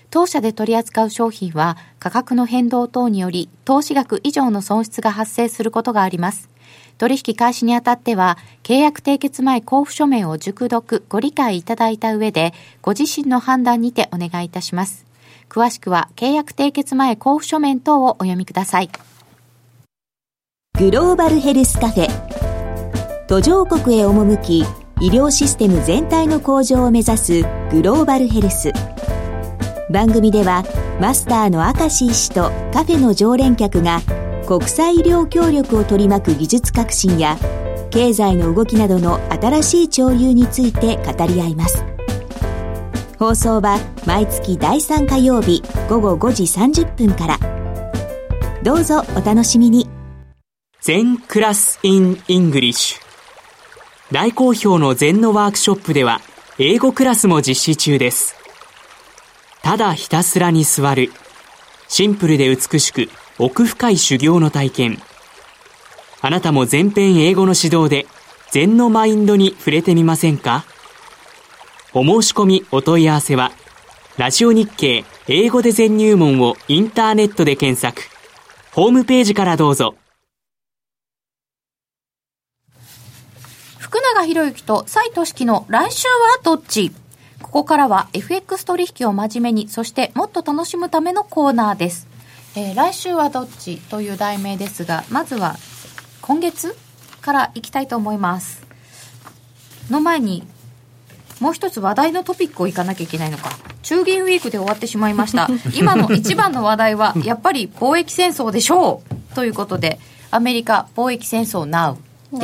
当社で取り扱う商品は価格の変動等により投資額以上の損失が発生することがあります。取引開始にあたっては契約締結前交付書面を熟読ご理解いただいた上でご自身の判断にてお願いいたします。詳しくは契約締結前交付書面等をお読みください。 グローバルヘルスカフェ、途上国へ赴き医療システム全体の向上を目指すグローバルヘルス。番組ではマスターの明石医師とカフェの常連客が国際医療協力を取り巻く技術革新や経済の動きなどの新しい潮流について語り合います。放送は毎月だいさん火曜日午後ごじさんじゅっぷんから。どうぞお楽しみに。 全クラス in English。大好評の全のワークショップでは英語クラスも実施中です。ただひたすらに座る、シンプルで美しく奥深い修行の体験。あなたも全編英語の指導で禅のマインドに触れてみませんか？お申し込みお問い合わせはラジオ日経英語で禅入門をインターネットで検索、ホームページからどうぞ。 福永博之と蔡俊樹の来週はどっち？ここからは エフエックス 取引を真面目に、そしてもっと楽しむためのコーナーです。えー、来週はどっちという題名ですが、まずは今月からいきたいと思います。の前にもう一つ話題のトピックをいかなきゃいけないのか。中銀ウィークで終わってしまいました。今の一番の話題はやっぱり貿易戦争でしょうということで、アメリカ貿易戦争 ナウ です。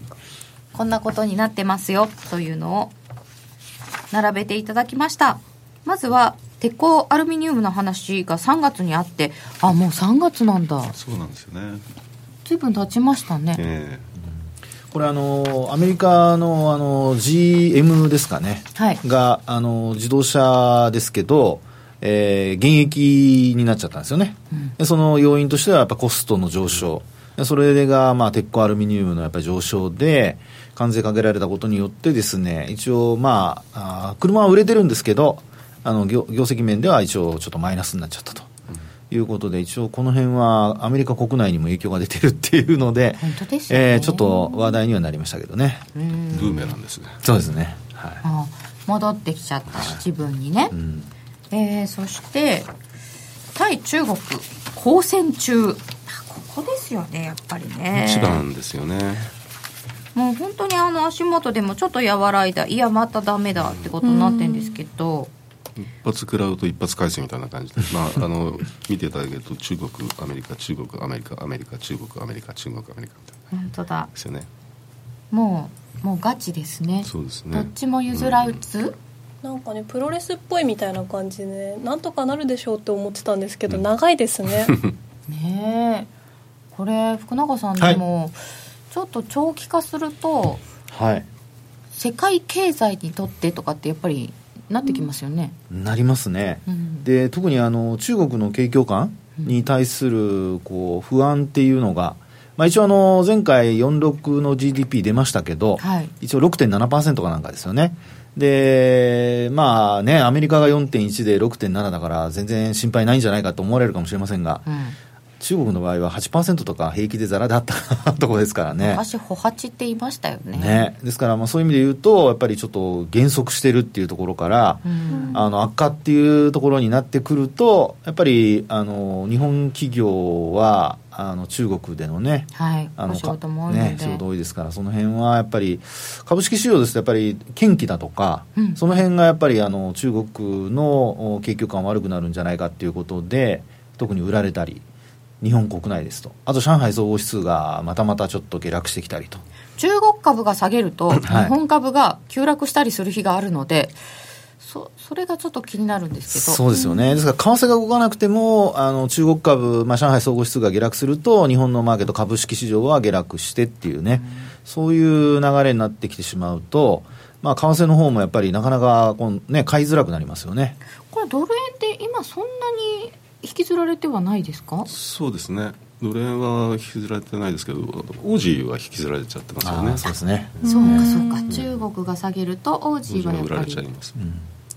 こんなことになってますよというのを並べていただきました。まずは鉄鋼アルミニウムの話がさんがつにあって、あ、もうさんがつなんだ。 そうなんですよね。 随分経ちましたね。 えー、これあのアメリカのあの ジーエム ですかね、はい、があの自動車ですけど、えー、減益になっちゃったんですよね、うん、でその要因としてはやっぱコストの上昇、それがまあ鉄鋼アルミニウムのやっぱり上昇で関税かけられたことによってですね、一応まあ、あ車は売れてるんですけど、あの 業, 業績面では一応ちょっとマイナスになっちゃったということで、一応この辺はアメリカ国内にも影響が出てるっていうので、 本当ですよね、 えー、ちょっと話題にはなりましたけどね。 ブーメランですね。 そうですね、はい、 あ戻ってきちゃった、はい、自分にね、うんえー、そして対中国交戦中、ここですよね、やっぱりね一番ですよね。 もう本当にあの足元でもちょっと和らいだ、いやまたダメだってことになってるんですけど、 一発食らうと一発返すみたいな感じで、まあ、あの見ていただけると中国アメリカ中国アメリカアメリカ中国アメリカ中国アメリカみたいな、 本当だですよね。 もうもうガチですね。 そうですね。 どっちも譲らず、うん、 なんかねプロレスっぽいみたいな感じで、ね、なんとかなるでしょうって思ってたんですけど、うん、長いですねねえ、これ福永さんでも、はい、ちょっと長期化すると、はい、世界経済にとってとかってやっぱりなってきますよね。 なりますね、うん、で特にあの中国の景況感に対するこう不安っていうのが、まあ、一応あの前回よんじゅうろくの ジーディーピー 出ましたけど、はい、一応 ろくてんななパーセント かなんかですよね。でまあね、アメリカが よんてんいち で ろくてんなな だから全然心配ないんじゃないかと思われるかもしれませんが、うん、中国の場合は はちパーセント とか平気でザラであったところですからね。 昔歩八って言いましたよ ね, ねですからまあそういう意味で言うとやっぱりちょっと減速してるっていうところから、うん、あの悪化っていうところになってくると、やっぱりあの日本企業はあの中国でのね、 はい、 あの仕事も多いので、 ね、仕事多いですから、その辺はやっぱり株式市場ですとやっぱり堅気だとか、うん、その辺がやっぱりあの中国の景況感悪くなるんじゃないかっていうことで特に売られたり、日本国内ですと、あと上海総合指数がまたまたちょっと下落してきたりと、 中国株が下げると日本株が急落したりする日があるので、はい、そ, それがちょっと気になるんですけど。 そうですよね。ですから為替が動かなくてもあの中国株、まあ、上海総合指数が下落すると日本のマーケット株式市場は下落してっていうね、うん、そういう流れになってきてしまうと、まあ、為替の方もやっぱりなかなかこう、ね、買いづらくなりますよね。 これドル円って今そんなに引きずられてはないですか？ そうですね、ドル円は引きずられてないですけど、オージーは引きずられちゃってますよね。 そうですね。 そうかそうか、中国が下げるとオージーはやっぱり売られちゃいます、 うん、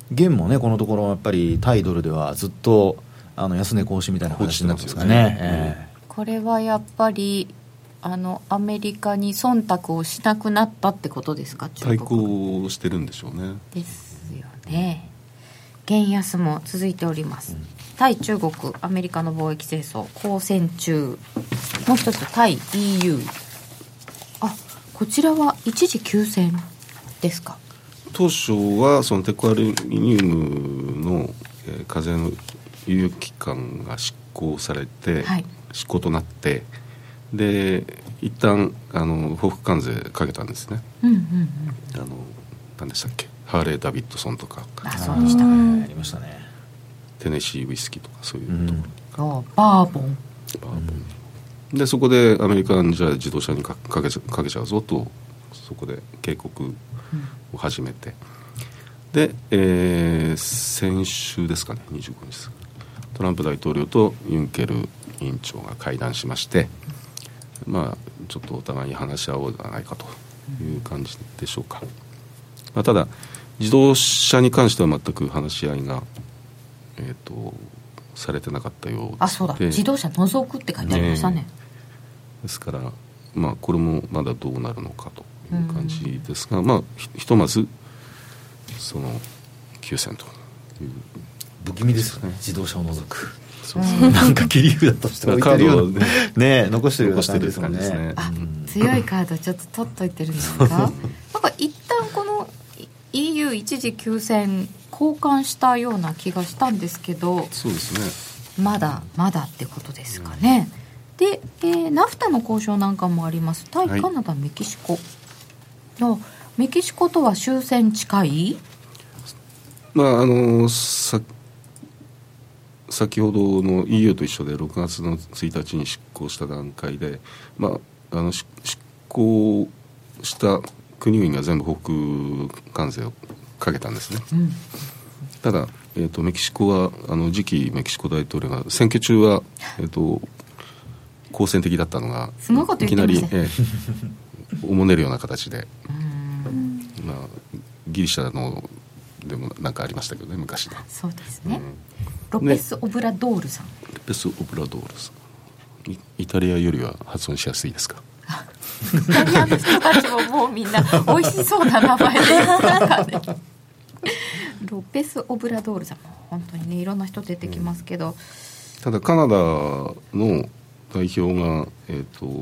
元もねこのところやっぱり対ドルではずっとあの安値更新みたいな形になってますからね、ねえー、 これはやっぱりあのアメリカに忖度をしなくなったってことですか？ 対抗してるんでしょうね。 ですよね。元安も続いております、うん、対中国アメリカの貿易戦争交戦中。もう一つ対 イーユー、 あこちらは一時休戦ですか？ 当初はそのテコアルミニウムの、えー、課税の猶予期間が執行されて、はい、執行となってで一旦あの報復関税かけたんですね、うんうんうん、あの何でしたっけハーレー・ダビッドソンとかあそうでしたねありましたねテネシーウイスキーとかそういうところ、 うん、バーボンバーボン、うん、でそこでアメリカにじゃあ自動車にかけちゃ、かけちゃうぞとそこで警告を始めて、うん、で、えー、先週ですかねにじゅうごにちトランプ大統領とユンケル委員長が会談しまして、まあちょっとお互いに話し合おうじゃないかという感じでしょうか、まあ、ただ自動車に関しては全く話し合いが、えー、とされてなかったようで。 あそうだ自動車除くって書いてありましたね。 ですから、まあ、これもまだどうなるのかという感じですが、まあ、ひ, ひとまずその休戦という不気味ですよね自動車を除く。そうですね、なんか切り札としてカードを、ねね、残してるような感じですもんね。 ですねあ、うん、強いカードちょっと取っといてるんですかなんか一旦この イーユー 一時休戦交換したような気がしたんですけどそうですねまだまだってことですかね、うん、で、えー、ナフタの交渉なんかもあります対カナダ、はい、メキシコのメキシコとは終戦近いまああのさ先ほどの イーユー と一緒でろくがつのついたちに執行した段階で、まあ、あの執行した国々が全部報復関税をかけたんですね、うん、ただ、えーと、メキシコはあの次期メキシコ大統領が選挙中は、えーと、好戦的だったのがいきなり、えー、おもねるような形で、まあ、ギリシャのでもなんかありましたけどね昔で。 そうですね、うん、ロペス・オブラドールさん、ね、 ロペス・オブラドールさん イ, イタリアよりは発音しやすいですか？ イタリアの人たちももうみんな美味しそうな名前で言ったかねロペス・オブラドールさんも本当にねいろんな人出てきますけど、うん、 ただカナダの代表が、えーと、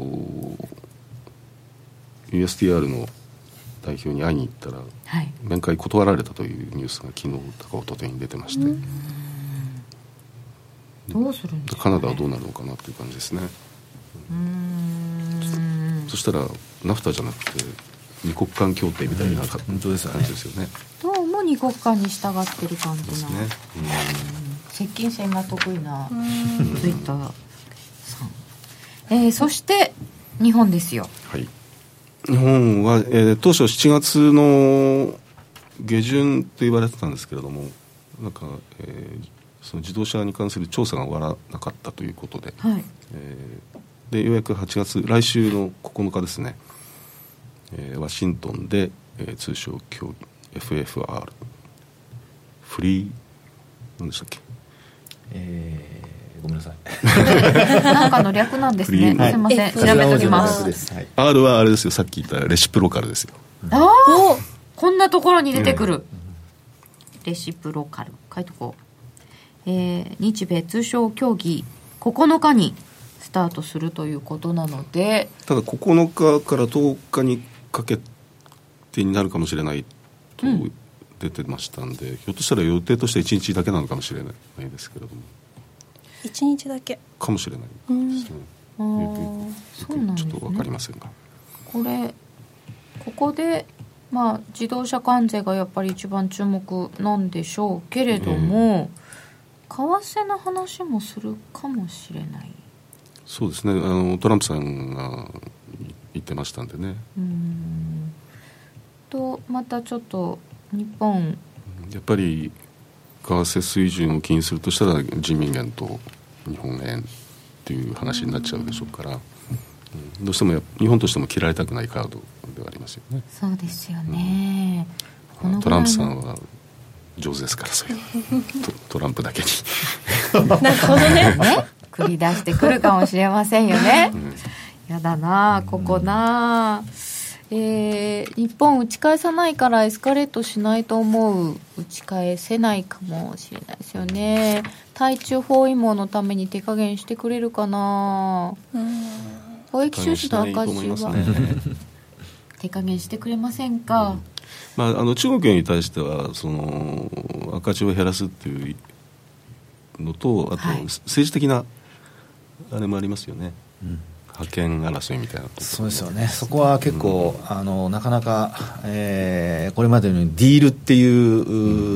ユーエスティーアール の代表に会いに行ったら、はい、面会断られたというニュースが昨日とか一昨日に出てまして、うん、 どうするんですかね、 カナダはどうなるのかなという感じですね。うーんそしたらナフタじゃなくて二国間協定みたいな感じですよね。 どうも二国間に従ってる感じなですね、うん、 接近戦が得意なツイッターさん、えー、そして日本ですよ。 はい、日本は、えー、当初しちがつの下旬と言われてたんですけれどもなんか、えー、その自動車に関する調査が終わらなかったということで、はいえー、でようやくはちがつ来週のここのかですね、えー、ワシントンで、えー、通商協議 エフエフアール フリー何でしたっけ、 えー、ごめんなさいなんかの略なんですね。すいません調べときます。 R はあれですよさっき言ったレシプロカルですよ。 ああこんなところに出てくる、うん、レシプロカル書いとこう、えー、日米通商協議ここのかにスタートするということなのでただここのかからとおかにかけてになるかもしれないと出てましたんで、うん、ひょっとしたら予定としていちにちだけなのかもしれないですけれどもいちにちだけかもしれないですね。うん、あそうなんですね。ちょっと分かりませんがこれここで、まあ、自動車関税がやっぱり一番注目なんでしょうけれども、えー、為替の話もするかもしれない。 そうですねあのトランプさんが言ってましたんでね。 うんとまたちょっと日本やっぱり為替水準を気にするとしたら人民元と日本円っていう話になっちゃうでしょうから、うん、どうしても日本としても切られたくないカードではありますよね。 そうですよね、 うん、トランプさんは上手ですから、そういうト, トランプだけになるほどねね繰り出してくるかもしれませんよね、うん、やだなここな、うん、えー、日本打ち返さないからエスカレートしないと思う。打ち返せないかもしれないですよね。対中包囲網のために手加減してくれるかな。貿易収支の赤字は、ね、手加減してくれませんか、うん、 まあ、あの中国に対してはその赤字を減らすっていうのと、あと政治的なあれもありますよね、うん、覇権争いみたいなと。 そうですよね。そこは結構、うん、あのなかなか、えー、これまでのようにディールっていう、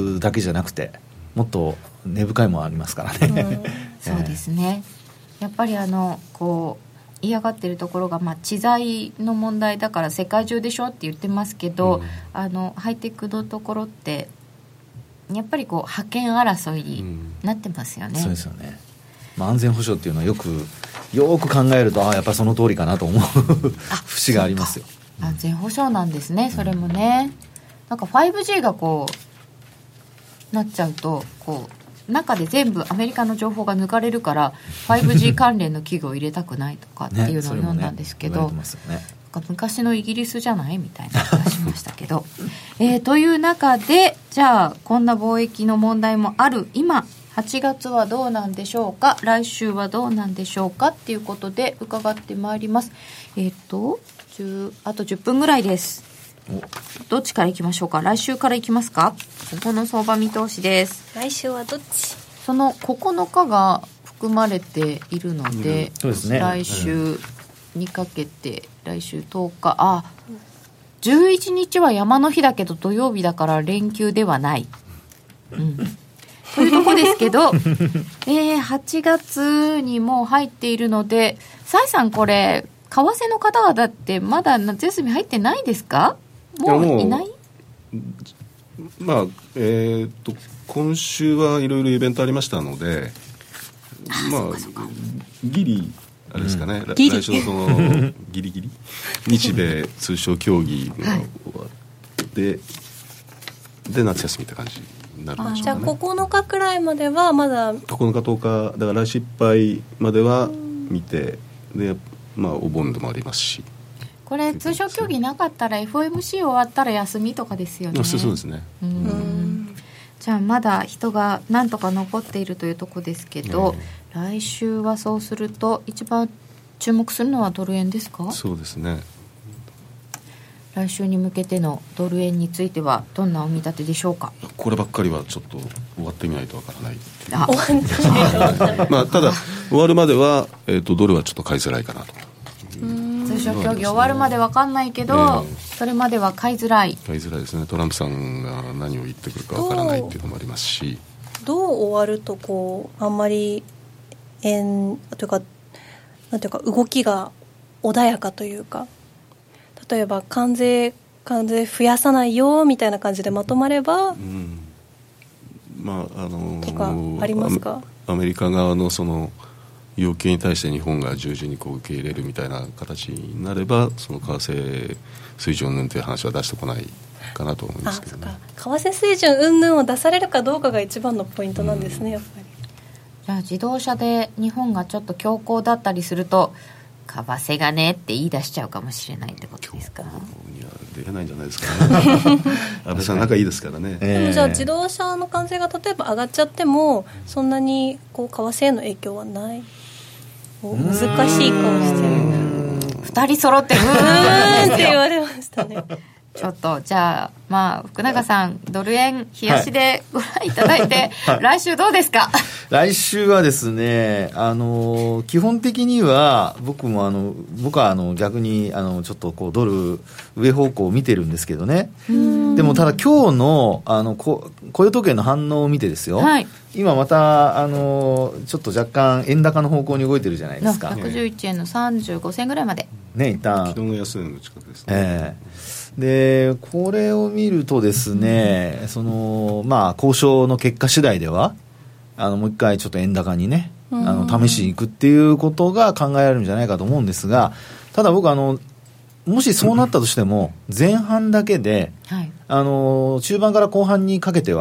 うん、だけじゃなくてもっと根深いもありますからね、うんそうですね。やっぱりあのこう嫌がってるところが、まあ、知財の問題だから世界中でしょって言ってますけど、うん、あのハイテクのところってやっぱりこう覇権争いになってますよね、うん、 そうですよね。まあ、安全保障っていうのはよくよく考えると、ああやっぱりその通りかなと思う節がありますよ。 安全保障なんですね、それもね、うん、なんか ファイブジー がこうなっちゃうとこう中で全部アメリカの情報が抜かれるから ファイブジー 関連の企業を入れたくないとかっていうのを読んだんですけど、ねね、昔のイギリスじゃないみたいな気がしましたけど、えー、という中でじゃあこんな貿易の問題もある今はちがつはどうなんでしょうか、来週はどうなんでしょうかっていうことで伺ってまいります。えっ、ー、とあとじゅっぷんぐらいです。どっちからいきましょうか。来週からいきますか。ここの相場見通しです。 来週はどっち。 そのここのかが含まれているので、 うん、そうですね、 来週にかけて、うん、来週とおか、あじゅういちにちは山の日だけど土曜日だから連休ではない、うん、というとこですけどえー、はちがつにもう入っているので、崔さんこれ為替の方々ってまだ夏休み入ってないですか。もういない。 まあえー、と今週はいろいろイベントありましたので、まあギリあれですかね、うん、来週のそのギリギリ日米通商協議が終わって、はい、で夏休みって感じになるんでしょうかね。 じゃあここのかくらいまではまだここのかとおかだから来週いっぱいまでは見て、でまあお盆でもありますし、 これ通商協議なかったら エフオーエムシー 終わったら休みとかですよね。 そうですね。 うんうんじゃあまだ人がなんとか残っているというところですけど、えー、来週はそうすると一番注目するのはドル円ですか。 そうですね。 来週に向けてのドル円についてはどんなお見立てでしょうか。 こればっかりはちょっと終わってみないとわからないあ終わってまあただ終わるまでは、えーと、ドルはちょっと買いづらいかなと。 通商協議終わるまで分かんないけど、えー、それまでは買いづらい買いづらいですね。トランプさんが何を言ってくるか分からないっていうのもありますし、 どう終わるとこうあんまり円というかなんていうか動きが穏やかというか、例えば関税関税増やさないよみたいな感じでまとまれば、うん、 まああのー、 とかありますか。 アメリカ側のその要求に対して日本が従順にこう受け入れるみたいな形になれば、その為替水準云々という話は出してこないかなと思いますけどね。 あ、そっか、為替水準云々を出されるかどうかが一番のポイントなんですね、うん、やっぱり。 じゃあ自動車で日本がちょっと強硬だったりすると為替がねって言い出しちゃうかもしれないってことですか。 いや出れないんじゃないですかね安倍さん仲いいですからね、 えー、でもじゃあ自動車の関税が例えば上がっちゃってもそんなにこう為替への影響はない。難しい顔してる。 ふたり揃ってうーんって言われましたねちょっとじゃあまあ福永さんドル円冷やしでご覧いただいて、はい、来週どうですか。 来週はですね、あの基本的には僕もあの僕はあの逆にあのちょっとこうドル上方向を見てるんですけどね。でもただ今日のあの雇用統計の反応を見てですよ、はい、今またあのちょっと若干円高の方向に動いてるじゃないですか。 ひゃくじゅういちえんのさんじゅうごせんぐらいまでね、一旦昨日の安値の近くですね、 えーでこれを見るとですね、うん、そのまあ交渉の結果次第ではあのもう一回ちょっと円高にね、うん、あの試しに行くっていうことが考えられるんじゃないかと思うんですが、ただ僕あのもしそうなったとしても前半だけで、はい、あの中盤から後半にかけては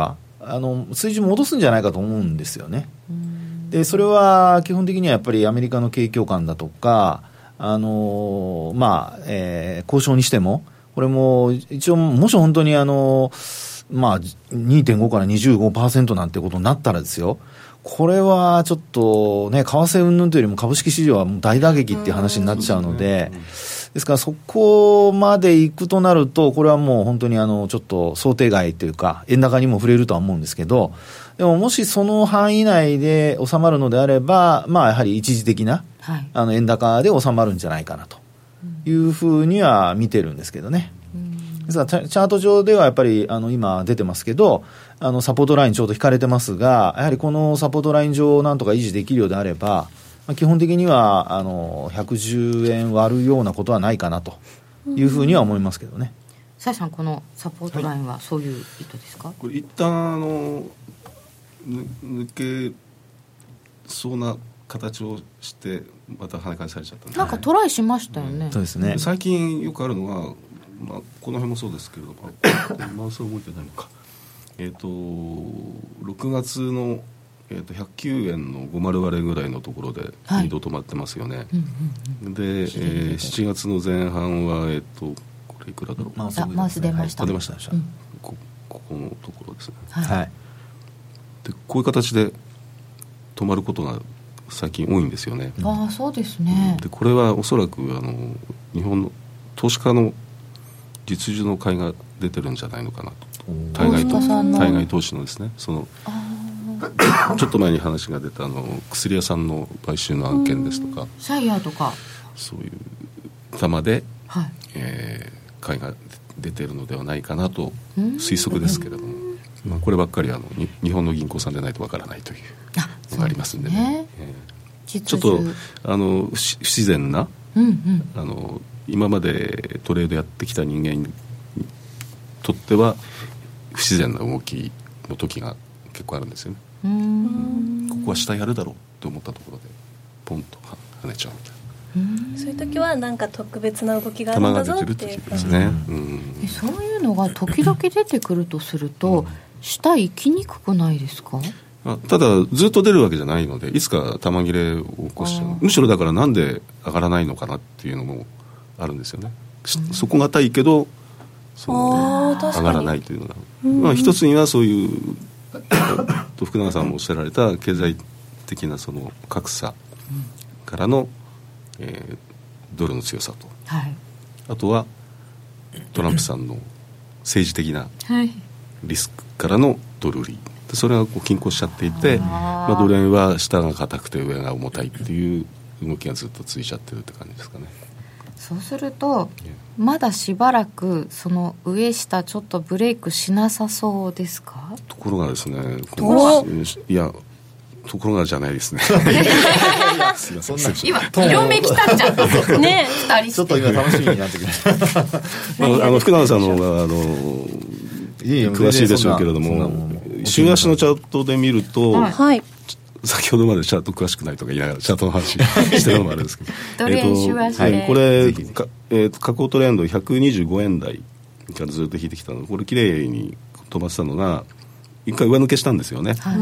あの水準戻すんじゃないかと思うんですよね。でそれは基本的にはやっぱりアメリカの景況感だとか、あのまあえー、交渉にしてもこれも一応もし本当にあの、まあ、にてんご から にじゅうごパーセント なんてことになったらですよ、これはちょっとね、為替云々というよりも株式市場はもう大打撃っていう話になっちゃうので、ですからそこまで行くとなると、これはもう本当にあのちょっと想定外というか円高にも触れるとは思うんですけど、でももしその範囲内で収まるのであれば、まあやはり一時的な、はい、あの円高で収まるんじゃないかなというふうには見てるんですけどね。ですからチャート上ではやっぱりあの今出てますけど、あのサポートラインちょうど引かれてますが、やはりこのサポートライン上をなんとか維持できるようであれば、まあ、基本的にはあのひゃくじゅうえん割るようなことはないかなというふうには思いますけどね。 さやさん、このサポートラインはそういう意図ですか？ これ一旦あの抜けそうな形をしてまた跳ね返されちゃったんで、 なんかトライしましたよね、 うん、そうですね。 最近よくあるのは、まあ、この辺もそうですけれどもマウスを動いてないのか、えー、とろくがつの、えー、とひゃくきゅうえんのごじゅう割れぐらいのところでにど止まってますよね、はい、うんうんうん、で、えー、しちがつの前半は、えー、とこれいくらだろう、 マウス出ました、はい、 出ました、うん、こ, ここのところですね、 はい、 でこういう形で止まることが最近多いんですよね。 ああ、そうですね。 でこれはおそらくあの日本の投資家の実需の買いが出てるんじゃないのかなと。対外と対外投資のですね、そのちょっと前に話が出たあの薬屋さんの買収の案件ですとか、 シャイヤーとかそういう玉で、はい、えー、買いが出てるのではないかなと推測ですけれども、まあ、こればっかりあの日本の銀行さんでないとわからないというのがありますんでね、えー、ちょっとあの不自然な、うんうん、あの今までトレードやってきた人間にとっては不自然な動きの時が結構あるんですよね。うーん、ここは下やるだろうと思ったところでポンと跳ねちゃうみたいな。 うん、そういう時はなんか特別な動きがあるんだぞっていう球が出てるってですね、うんうん、そういうのが時々出てくるとすると、うん、下行きにくくないですか？ あ、ただずっと出るわけじゃないので、いつか玉切れを起こしちゃう。むしろだからなんで上がらないのかなっていうのもあるんですよね、うん、底堅いけどその上がらないというのが、まあ、一つにはそういうと福永さんもおっしゃられた経済的なその格差からの、えー、ドルの強さと、はい、あとはトランプさんの政治的なリスクからのドル売り、それがこう均衡しちゃっていて、まあ、ドル円は下が硬くて上が重たいっていう動きがずっと続いちゃってるって感じですかね。 そうするとまだしばらくその上下ちょっとブレイクしなさそうですか？ ところがですね、こいやところがじゃないですねすいません、 今色めきたっちゃったねふたりちょっと今楽しみになってきましたあの福永さんの方があの詳しいでしょうけれども、週足のチャートで見ると、はい、先ほどまでチャート詳しくないとか言いながらチャートの話してるのもあるんですけどドル円週足で、 はい、これか、えー、下降トレンドひゃくにじゅうごえん台からずっと引いてきたので、これきれいに飛ばしたのが一回上抜けしたんですよね、はい、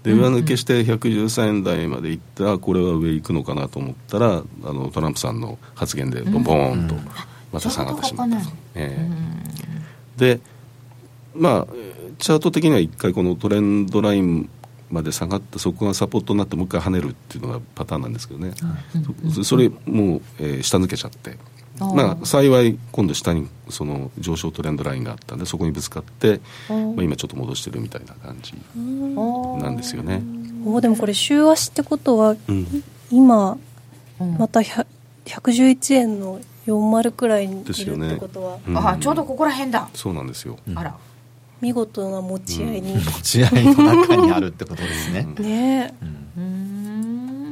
で上抜けしてひゃくじゅうさんえん台までいったらこれは上行くのかなと思ったら、あのトランプさんの発言でボンボーンとまた下がってしまった、うん、えー、でまあチャート的には一回このトレンドラインまで下がってそこがサポートになってもう一回跳ねるっていうのがパターンなんですけどね、うん、そ, それもう、えー、下抜けちゃって、まあ、幸い今度下にその上昇トレンドラインがあったんでそこにぶつかって、まあ、今ちょっと戻してるみたいな感じなんですよね。 おでもこれ週足ってことは、うん、今またひゃくじゅういちえんのよんじゅうくらいにいるってことは、 ね、うん、あちょうどここら辺だ。 そうなんですよ、 うん、あら見事な持ち合いに、 うん、持ち合いの中にあるってことですねねえ、うん、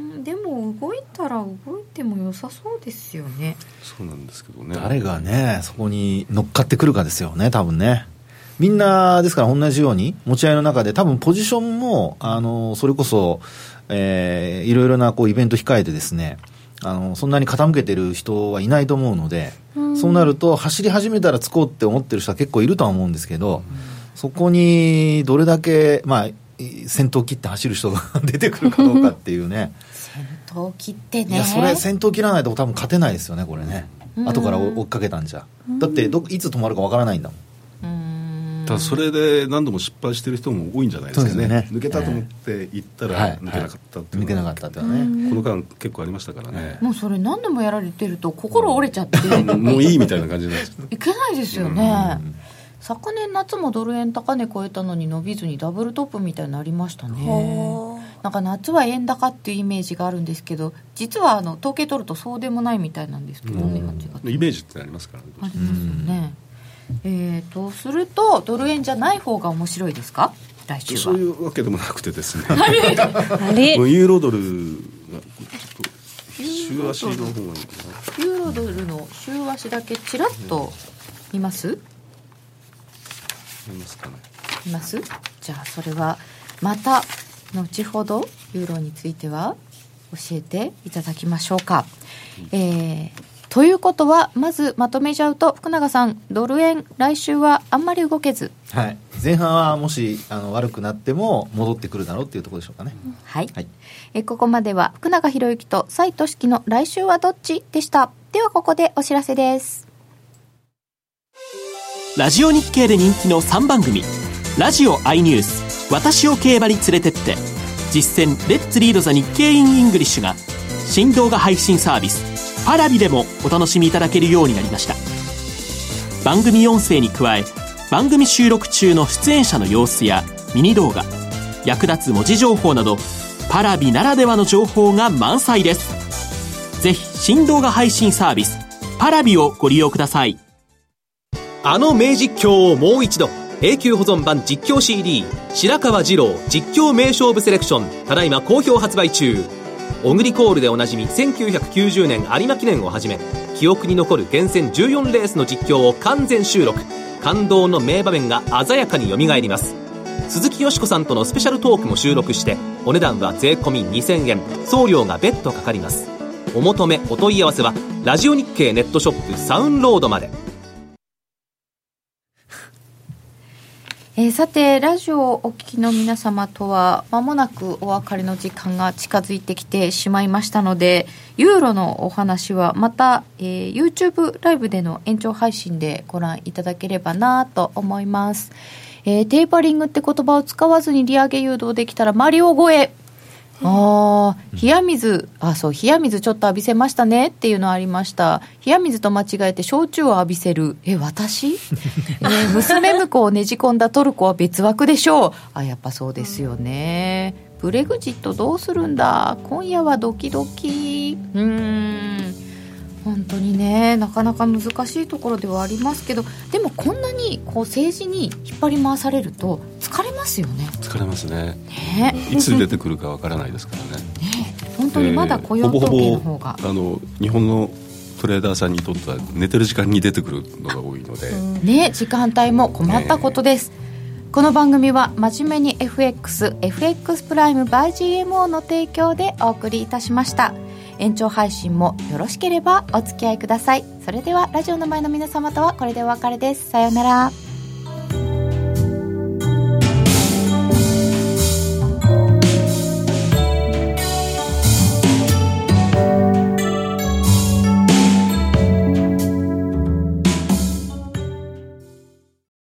うんでも動いたら動いても良さそうですよね。 そうなんですけどね、 誰がねそこに乗っかってくるかですよね多分ね。みんなですから同じように持ち合いの中で多分ポジションもあのそれこそ、えー、いろいろなこうイベント控えてですね、あのそんなに傾けてる人はいないと思うので、うん、そうなると走り始めたらつこうって思ってる人は結構いるとは思うんですけど、 そこにどれだけ、まあ、先頭切って走る人が出てくるかどうかっていうね先頭切ってね、 いやそれ先頭切らないと多分勝てないですよねこれね、後から追っかけたんじゃ、だってどいつ止まるかわからないんだもん。 ただそれで何度も失敗してる人も多いんじゃないですか ね, ね抜けたと思って行ったら抜けなかったっていう、 抜けなかったっていうね、 この間結構ありましたからね。 もうそれ何度もやられてると心折れちゃってもういいみたいな感じになっちゃういけないですよね。昨年夏もドル円高値超えたのに伸びずにダブルトップみたいになりましたね。なんか夏は円高っていうイメージがあるんですけど、実はあの統計取るとそうでもないみたいなんですけどね、はちがつイメージってありますからね。 ありますよね。えー、とするとドル円じゃない方が面白いですか来週は。 そういうわけでもなくてですねあれユーロドルがちょっと週足の方がいいかな。 ユーロドルの週足だけちらっと見ます、 見ますかね。 見ますじゃあそれはまた後ほどユーロについては教えていただきましょうか、うん、えーということはまずまとめちゃうと福永さん、ドル円来週はあんまり動けず、 はい、前半はもしあの悪くなっても戻ってくるだろうっていうところでしょうかね、うん、 はい、はい、えここまでは福永博之と蔡俊樹の来週はどっちでした。ではここでお知らせです。 ラジオ日経で人気のさんばん組、ラジオ i ニュース、私を競馬に連れてって、実践レッツリードザ日経インイングリッシュが新動画配信サービスパラビでもお楽しみいただけるようになりました。番組音声に加え、番組収録中の出演者の様子やミニ動画、役立つ文字情報などパラビならではの情報が満載です。ぜひ新動画配信サービスパラビをご利用ください。 あの名実況をもう一度、永久保存版実況 シーディー 白川二郎実況名勝負セレクション、ただいま好評発売中。オグリコールでおなじみせんきゅうひゃくきゅうじゅうねん有馬記念をはじめ、記憶に残る厳選じゅうよんレースの実況を完全収録。感動の名場面が鮮やかによみがえります。鈴木よしこさんとのスペシャルトークも収録して、お値段は税込みにせんえん、送料が別途かかります。お求めお問い合わせはラジオ日経ネットショップサウンロードまで。 えー、さてラジオをお聞きの皆様とは間もなくお別れの時間が近づいてきてしまいましたので、ユーロのお話はまた、えー、YouTube ライブでの延長配信でご覧いただければなと思います。えー、テーパリングって言葉を使わずに利上げ誘導できたらマリオ超え。ああ、冷や水、あ、そう、冷や水ちょっと浴びせましたねっていうのありました。冷や水と間違えて焼酎を浴びせる。え、私、えー、娘婿をねじ込んだトルコは別枠でしょう。あ、やっぱそうですよね。ブレグジットどうするんだ。今夜はドキドキ。うーん、本当にね、なかなか難しいところではありますけど、でもこんなにこう政治に引っ張り回されると疲れますよね。 疲れますね。 ね、 いつ出てくるかわからないですからね。 ね、本当にまだ雇用統計の方が、 えー、ほぼほぼあの日本のトレーダーさんにとっては寝てる時間に出てくるのが多いので、 ね、時間帯も困ったことです、ね。この番組は真面目に エフエックス、エフエックス プライム by ジーエムオー の提供でお送りいたしました。延長配信もよろしければお付き合いください。それではラジオの前の皆様とはこれでお別れです。さようなら。